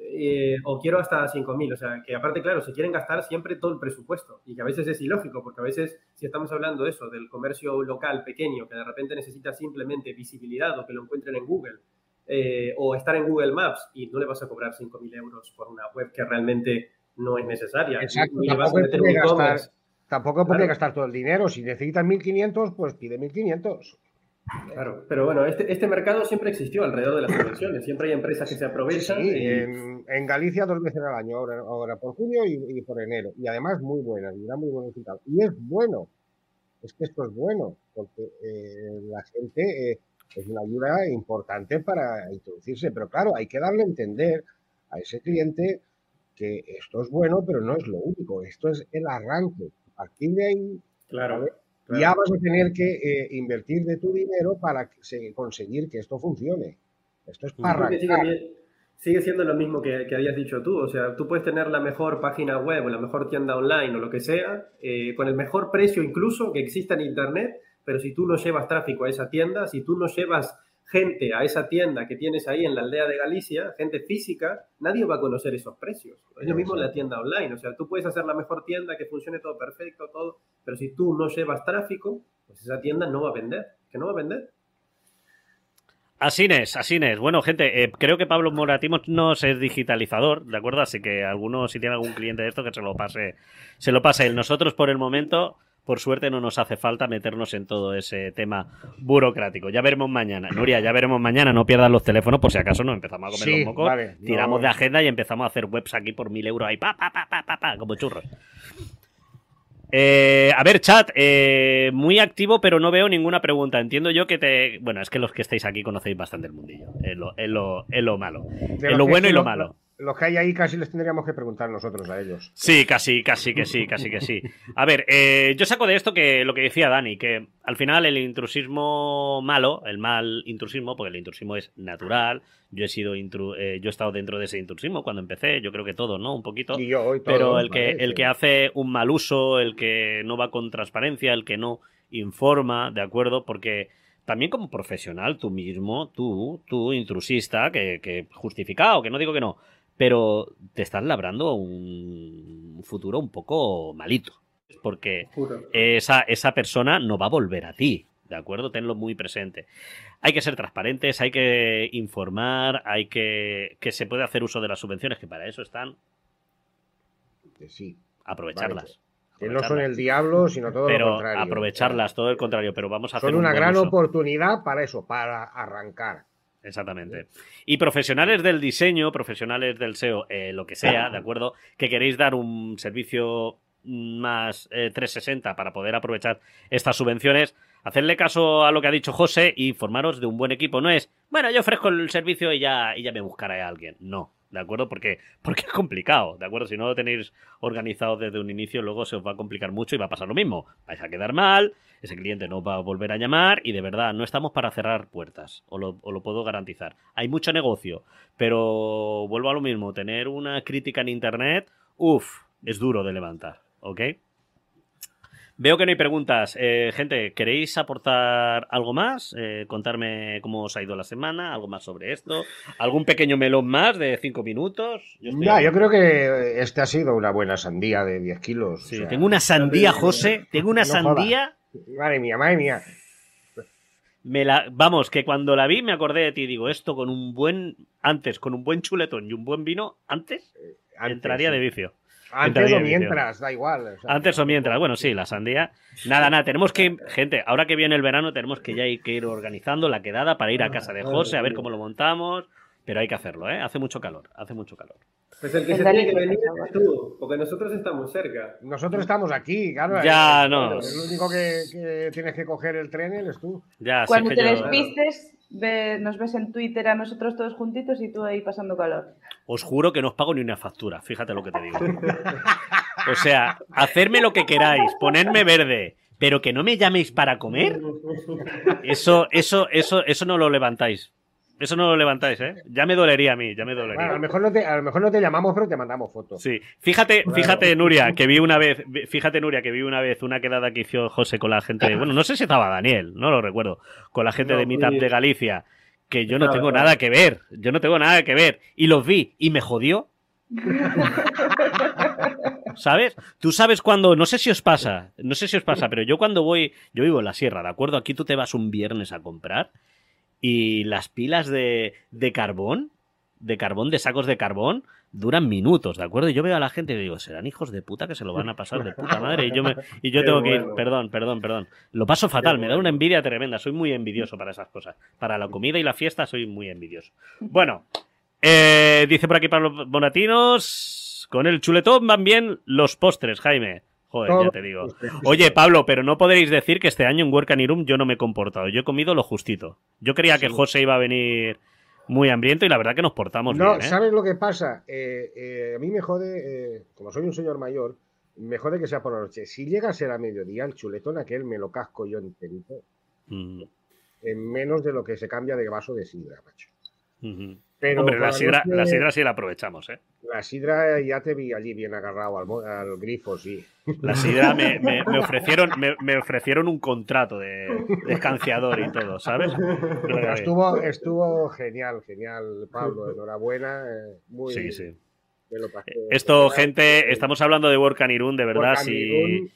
eh, o quiero hasta cinco mil. O sea, que aparte, claro, se quieren gastar siempre todo el presupuesto y que a veces es ilógico, porque a veces, si estamos hablando de eso, del comercio local pequeño, que de repente necesita simplemente visibilidad o que lo encuentren en Google, eh, o estar en Google Maps, y no le vas a cobrar cinco mil euros por una web que realmente no es necesaria. Exacto, Y le vas a tampoco meter puede un gastar, e-commerce. tampoco puede Claro. gastar todo el dinero. Si necesitas mil quinientos, pues pide mil quinientos. Claro, pero bueno, este, este mercado siempre existió alrededor de las subvenciones. Siempre hay empresas que se aprovechan. Sí, y- en, en Galicia dos veces al año, ahora, ahora por junio y, y por enero. Y además muy buenas, y da muy buenos resultados. Y es bueno, es que esto es bueno, porque eh, la gente eh, es una ayuda importante para introducirse. Pero claro, hay que darle a entender a ese cliente que esto es bueno, pero no es lo único. Esto es el arranque. A partir de ahí, Claro, ¿vale? claro. Ya vas a tener que eh, invertir de tu dinero para que se- conseguir que esto funcione. Esto es para Porque sigue, arrancar. bien- sigue siendo lo mismo que, que habías dicho tú. O sea, tú puedes tener la mejor página web o la mejor tienda online o lo que sea, eh, con el mejor precio incluso que exista en Internet, pero si tú no llevas tráfico a esa tienda, si tú no llevas gente a esa tienda que tienes ahí en la aldea de Galicia, gente física, nadie va a conocer esos precios. Es lo mismo en la tienda online. O sea, tú puedes hacer la mejor tienda, que funcione todo perfecto, todo, pero si tú no llevas tráfico, pues esa tienda no va a vender. ¿Que no va a vender? Asines, Asines. Bueno, gente, eh, creo que Pablo Moratimos no es digitalizador, ¿de acuerdo? Así que alguno, si tiene algún cliente de esto, que se lo pase, se lo pase él. Nosotros, por el momento, por suerte, no nos hace falta meternos en todo ese tema burocrático. Ya veremos mañana. Nuria, ya veremos mañana. No pierdas los teléfonos por si acaso nos empezamos a comer Sí, los mocos. vale, no- Tiramos de agenda y empezamos a hacer webs aquí por mil euros ahí, pa, pa, pa, pa, pa, pa, como churros. Eh, a ver, chat, eh, muy activo, pero no veo ninguna pregunta. Entiendo yo que te... Bueno, es que los que estáis aquí conocéis bastante el mundillo. Es lo, es lo, es lo malo. De Es los lo que- bueno y lo los- malo. Los que hay ahí casi les tendríamos que preguntar nosotros a ellos. Sí, casi, casi que sí, casi que sí. A ver, eh, yo saco de esto que lo que decía Dani, que al final el intrusismo malo, el mal intrusismo, porque el intrusismo es natural, yo he sido intru- eh, yo he estado dentro de ese intrusismo cuando empecé, yo creo que todos, ¿no? Un poquito. Y yo hoy todo, Pero el que, ¿vale? el Sí. que hace un mal uso, el que no va con transparencia, el que no informa, ¿de acuerdo? Porque también como profesional, tú mismo, tú, tú intrusista, que, que justificado, que no digo que no, pero te estás labrando un futuro un poco malito. Porque Juro. esa, esa persona no va a volver a ti, ¿de acuerdo? Tenlo muy presente. Hay que ser transparentes, hay que informar, hay que... que se puede hacer uso de las subvenciones, que para eso están, Que sí. aprovecharlas. Que no son Aprovecharlas. el diablo, sino todo lo Pero contrario. aprovecharlas, todo el contrario, pero vamos a hacer Son un una buen gran uso. oportunidad para eso, para arrancar. Exactamente. Y profesionales del diseño, profesionales del S E O, eh, lo que sea, ¿de acuerdo? Que queréis dar un servicio más eh, trescientos sesenta para poder aprovechar estas subvenciones, hacerle caso a lo que ha dicho José y formaros de un buen equipo. No es, bueno, yo ofrezco el servicio y ya, y ya me buscaré a alguien. No, ¿de acuerdo? Porque, porque es complicado, ¿de acuerdo? Si no lo tenéis organizado desde un inicio, luego se os va a complicar mucho y va a pasar lo mismo. Vais a quedar mal, ese cliente no va a volver a llamar y de verdad no estamos para cerrar puertas, os lo, os lo puedo garantizar. Hay mucho negocio, pero vuelvo a lo mismo, tener una crítica en internet, uff, es duro de levantar, ¿ok? Veo que no hay preguntas. Eh, gente, ¿queréis aportar algo más? Eh, contarme cómo os ha ido la semana, algo más sobre esto, algún pequeño melón más de cinco minutos. Yo, estoy Ya, abierto. yo creo que este ha sido una buena sandía de diez kilos. Sí, o sea, tengo una sandía, José, tengo una no sandía. Madre mía, madre mía. Me la, vamos, que cuando la vi me acordé de ti. Digo, esto con un buen, antes, con un buen chuletón y un buen vino, antes, Antes, entraría sí. de vicio. Antes entraría o de vicio. mientras, da igual. o sea, Antes o mientras, bueno, sí, la sandía. Nada, nada, tenemos que, gente, ahora que viene el verano, tenemos que ya ir, que ir organizando la quedada para ir a casa de José, a ver cómo lo montamos. Pero hay que hacerlo, ¿eh? Hace mucho calor, hace mucho calor. Pues el que En se tiene que Galicia, venir por favor. es tú, porque nosotros estamos cerca. Nosotros estamos aquí, claro. Ya, eh, no. El único que, que tienes que coger el tren eres tú. Ya, sí Cuando que te yo- despistes, ve- nos ves en Twitter a nosotros todos juntitos y tú ahí pasando calor. Os juro que no os pago ni una factura, fíjate lo que te digo. O sea, hacerme lo que queráis, ponerme verde, pero que no me llaméis para comer, eso, eso, eso, eso no lo levantáis. Eso no lo levantáis, ¿eh? Ya me dolería a mí, ya me Bueno, a lo dolería. mejor no te, a lo mejor no te llamamos, pero te mandamos fotos. Sí, fíjate, fíjate, Nuria, que vi una vez, fíjate, Nuria, que vi una vez una quedada que hizo José con la gente, bueno, no sé si estaba Daniel, no lo recuerdo, con la gente No, de Meetup sí. de Galicia, que yo no tengo nada que ver. Yo no tengo nada que ver. Y los vi y me jodió. ¿Sabes? Tú sabes cuando, no sé si os pasa, no sé si os pasa, pero yo cuando voy, yo vivo en la sierra, ¿de acuerdo? Aquí tú te vas un viernes a comprar y las pilas de, de carbón, de carbón, de sacos de carbón, duran minutos, ¿de acuerdo? Y yo veo a la gente y digo, serán hijos de puta que se lo van a pasar de puta madre y yo, me, y yo tengo que ir, perdón, perdón, perdón. Lo paso fatal, me da una envidia tremenda, soy muy envidioso para esas cosas. Para la comida y la fiesta soy muy envidioso. Bueno, eh, dice por aquí Pablo Bonatinos... Con el chuletón van bien los postres, Jaime. Joder, ya te digo. Oye, Pablo, pero no podréis decir que este año en Work and Irum yo no me he comportado. Yo he comido lo justito. Yo creía que José iba a venir muy hambriento y la verdad que nos portamos no, bien, ¿eh? ¿Sabes lo que pasa? Eh, eh, a mí me jode, eh, como soy un señor mayor, me jode que sea por la noche. Si llega a ser a mediodía, el chuletón aquel me lo casco yo enterito. Mm. En menos de lo que se cambia de vaso de sidra, macho. Uh-huh. Pero hombre, la sidra, noche, la sidra sí la aprovechamos, ¿eh? La sidra ya te vi allí bien agarrado al, al grifo, sí. La sidra me, me, me ofrecieron me, me ofrecieron un contrato de, de escanciador y todo, ¿sabes? Pero estuvo, estuvo genial, genial, Pablo, enhorabuena. Eh, muy, sí, sí. Me lo pasé, Esto, gente, estamos hablando de Work and Irún, de verdad, si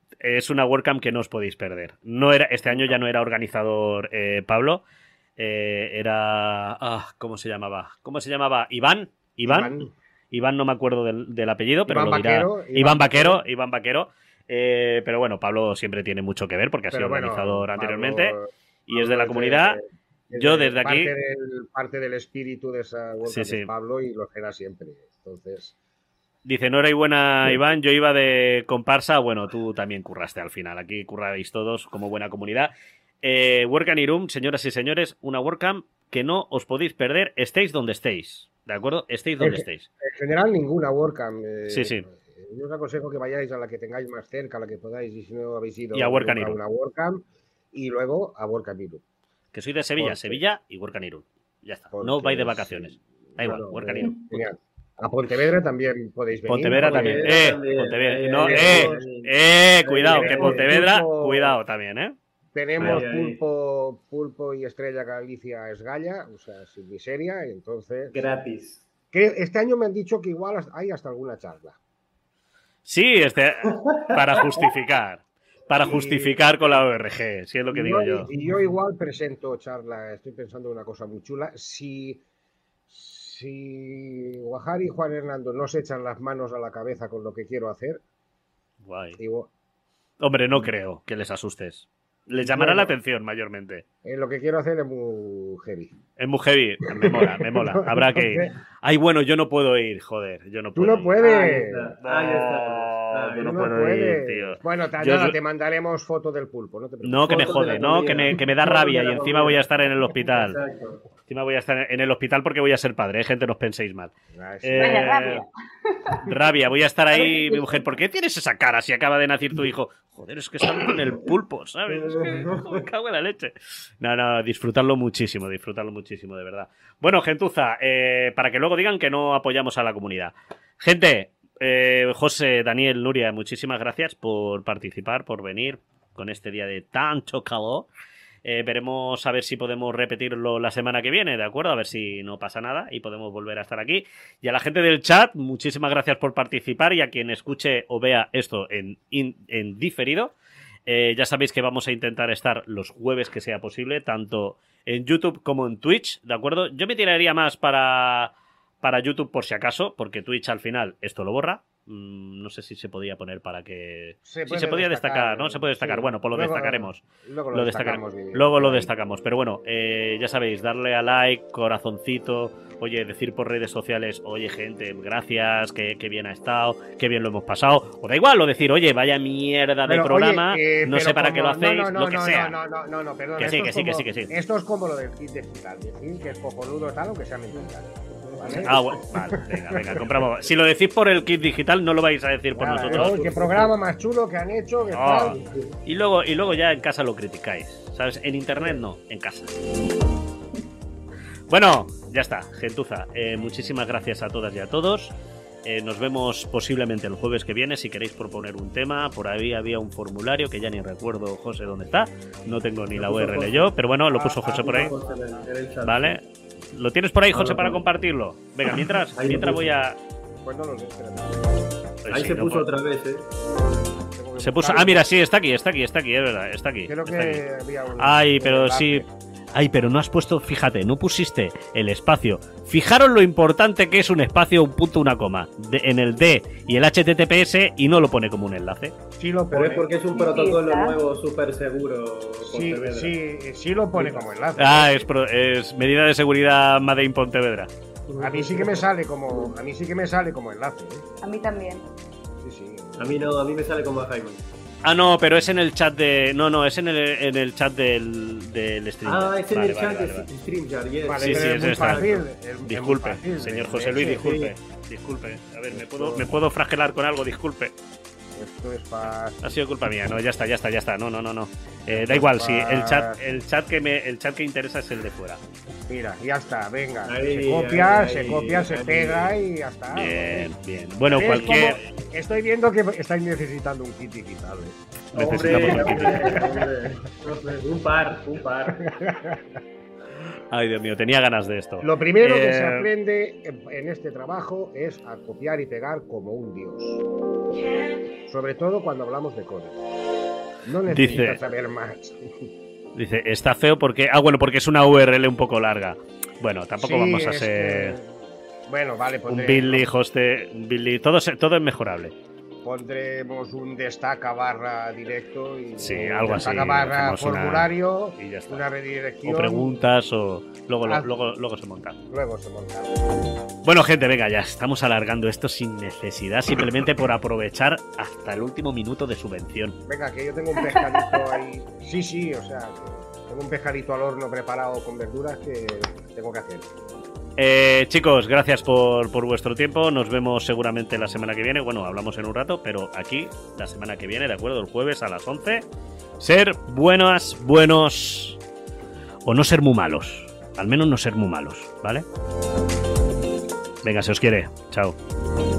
es una WordCamp que no os podéis perder. No era, este año ya no era organizador eh, Pablo. Eh, era... Ah, ¿cómo se llamaba? ¿Cómo se llamaba? ¿Iván? ¿Iván? Iván, Iván no me acuerdo del, del apellido, pero Iván lo dirá. Vaquero, Iván, Iván Vaquero, Vaquero. Iván Vaquero. Eh, pero bueno, Pablo siempre tiene mucho que ver porque ha sido bueno, organizador Pablo, anteriormente Pablo, y es de la comunidad. De, de, de, Yo desde parte aquí... Del, parte del espíritu de esa WordCamp sí, sí. Pablo y lo será siempre. Entonces... Dice, no era buena, sí. Iván, yo iba de comparsa. Bueno, tú también curraste al final. Aquí curráis todos como buena comunidad. Eh, Work and Irum, señoras y señores, una WordCamp que no os podéis perder, estéis donde estéis, ¿de acuerdo? Estéis donde en, estéis. En general, ninguna WordCamp. Eh, sí, sí. Yo os aconsejo que vayáis a la que tengáis más cerca, a la que podáis, y si no habéis ido y a, Work and Irum. Una WordCamp, y luego a Work and Irum. Que soy de Sevilla, Porque... Sevilla y Work and Irum. Ya está. Porque no vais de vacaciones. Da igual, bueno, Work and Irum. Genial. A Pontevedra también podéis venir. Pontevedra también. Eh, también. Pontevedra. No, eh, eh, cuidado, que Pontevedra, cuidado también, eh. Tenemos pulpo, pulpo y Estrella Galicia Esgalla, o sea, sin miseria, y entonces... Gratis. Que este año me han dicho que igual hay hasta alguna charla. Sí, este, para justificar. Para y, justificar con la O R G, si es lo que digo yo. Y yo igual presento charla, estoy pensando en una cosa muy chula. Si, si Guajar y Juan Hernando no se echan las manos a la cabeza con lo que quiero hacer... Guay. Igual, Hombre, no creo que les asustes. Les llamará bueno, la atención mayormente. Eh, lo que quiero hacer es muy heavy. Es muy heavy. Me mola, me mola. Habrá que ir. Ay, bueno, yo no puedo ir, joder. Yo no Tú puedo no puedes. Ir. Ahí está. Ahí está. Yo no, no puedo puedes. ir, tío. Bueno, te, yo, nada, yo... te mandaremos foto del pulpo. No, te no que me jode, no, que me, que me da rabia y encima voy a estar en el hospital. Exacto. Encima voy a estar en el hospital porque voy a ser padre, ¿eh? Gente, no os penséis mal. Eh, Vaya, rabia. Rabia, voy a estar ahí, mi mujer, ¿por qué tienes esa cara si acaba de nacer tu hijo? Joder, es que está con el pulpo, ¿sabes? Es que me cago en la leche. No, no, disfrutarlo muchísimo, disfrutarlo muchísimo, de verdad. Bueno, gentuza, eh, para que luego digan que no apoyamos a la comunidad. Gente, eh, José, Daniel, Nuria, muchísimas gracias por participar, por venir con este día de tanto calor. Eh, veremos a ver si podemos repetirlo la semana que viene, ¿de acuerdo? A ver si no pasa nada y podemos volver a estar aquí. Y a la gente del chat, muchísimas gracias por participar, y a quien escuche o vea esto en, in, en diferido, eh, ya sabéis que vamos a intentar estar los jueves que sea posible, tanto en YouTube como en Twitch, ¿de acuerdo? Yo me tiraría más para, para YouTube por si acaso, porque Twitch al final esto lo borra. No sé si se podía poner para que... Se sí, se podía destacar, destacar, ¿no? Se puede destacar. Sí. Bueno, pues lo luego, destacaremos. Luego lo, lo destacamos. destacamos. Luego lo destacamos. Pero bueno, eh, ya sabéis, darle a like, corazoncito, oye, decir por redes sociales, oye, gente, gracias, que, que bien ha estado, que bien lo hemos pasado. O da igual, o decir, oye, vaya mierda de pero, programa, oye, eh, no sé para como, qué lo hacéis, no, no, no, lo que no, sea. No, no, no, no, perdón. Que sí, que sí, como, que sí, que sí. Esto es como lo del kit digital, decir que es cojonudo tal, aunque sea mentira. ¿Vale? Ah, bueno, vale, venga, venga, compramos. Si lo decís por el kit digital, no lo vais a decir por Nada, nosotros. ¿no? ¿Qué programa más chulo que han hecho? ¿Qué oh. tal? Y luego, y luego ya en casa lo criticáis, ¿sabes? En internet no, en casa. Bueno, ya está, gentuza. Eh, muchísimas gracias a todas y a todos. Eh, nos vemos posiblemente el jueves que viene si queréis proponer un tema. Por ahí había un formulario que ya ni recuerdo, José, dónde está. No tengo ni la U R L yo, pero bueno, lo puso José por ahí. Vale. ¿Lo tienes por ahí, José, para compartirlo? Venga, mientras, mientras voy a... Pues no lo sé, espérate. Pues Ahí sí, se no, puso por- otra vez, ¿eh? Tengo que Se puso... buscarlo. Ah, mira, sí, está aquí, está aquí, está aquí, es verdad, está aquí. Creo está que aquí. había un. Ay, un pero enlace. sí... Ay, pero no has puesto, fíjate, no pusiste el espacio. Fijaros lo importante que es un espacio, un punto, una coma. De- en el D y el H T T P S y no lo pone como un enlace. Sí lo Pero pone. es porque es un Sí, protocolo está. nuevo, súper seguro. Sí, Pontevedra. sí, sí lo pone como enlace. Ah, es, pro- es medida de seguridad Made in Pontevedra. A mí sí que me sale como, a mí sí que me sale como enlace. ¿eh? A mí también. Sí, sí. A mí no, a mí me sale como a Jaime. Ah, no, pero es en el chat de... No, no, es en el, en el chat del, del stream. Ah, es en Vale, el vale, chat vale, de vale. StreamYard, yes. Vale, Sí, pero sí, es es muy esta. fácil. es- es muy Disculpe, fácil. señor Sí, José Luis, sí, disculpe. Disculpe. A ver, ¿me puedo, ¿me puedo fragelar con algo? Disculpe. Esto es fácil. Ha sido culpa mía. No, ya está, ya está, ya está. No, no, no, no. Eh, da igual, sí. El chat, el chat que me, el chat que interesa es el de fuera. Mira, ya está, venga. Ahí, se copia, ahí, se ahí, copia, se ahí. pega y ya está. Bien, bien. Bueno, ¿Ves cualquier... cómo? Estoy viendo que estáis necesitando un kit digital. ¿eh? Necesitamos Hombre, un kit. hombre, hombre. Un par, un par. Ay, Dios mío, tenía ganas de esto. Lo primero que Eh, se aprende en, en este trabajo es a copiar y pegar como un dios. Sobre todo cuando hablamos de código. No necesitas Dice- saber más. Dice, está feo porque... Ah, bueno, porque es una U R L un poco larga. Bueno, tampoco Sí, vamos a es ser... que- Bueno, vale, Un pondré- Bitly, hoste, un Bitly, todo, se- todo es mejorable. pondremos un destaca barra directo y Sí, un algo así, destaca barra hacemos una- formulario, y ya está. una redirección. O preguntas o luego, lo- Ah. luego, luego se monta. Luego se monta. Bueno, gente, venga, ya estamos alargando esto sin necesidad, simplemente por aprovechar hasta el último minuto de subvención. Venga, que yo tengo un pescadito ahí. Sí, sí, o sea, que tengo un pescadito al horno preparado con verduras que tengo que hacer. Eh, chicos, gracias por, por vuestro tiempo. Nos vemos seguramente la semana que viene. Bueno, hablamos en un rato, pero aquí la semana que viene, ¿de acuerdo? El jueves a las once. Ser buenas, buenos o no ser muy malos. Al menos no ser muy malos, ¿vale? Venga, se os quiere. Chao.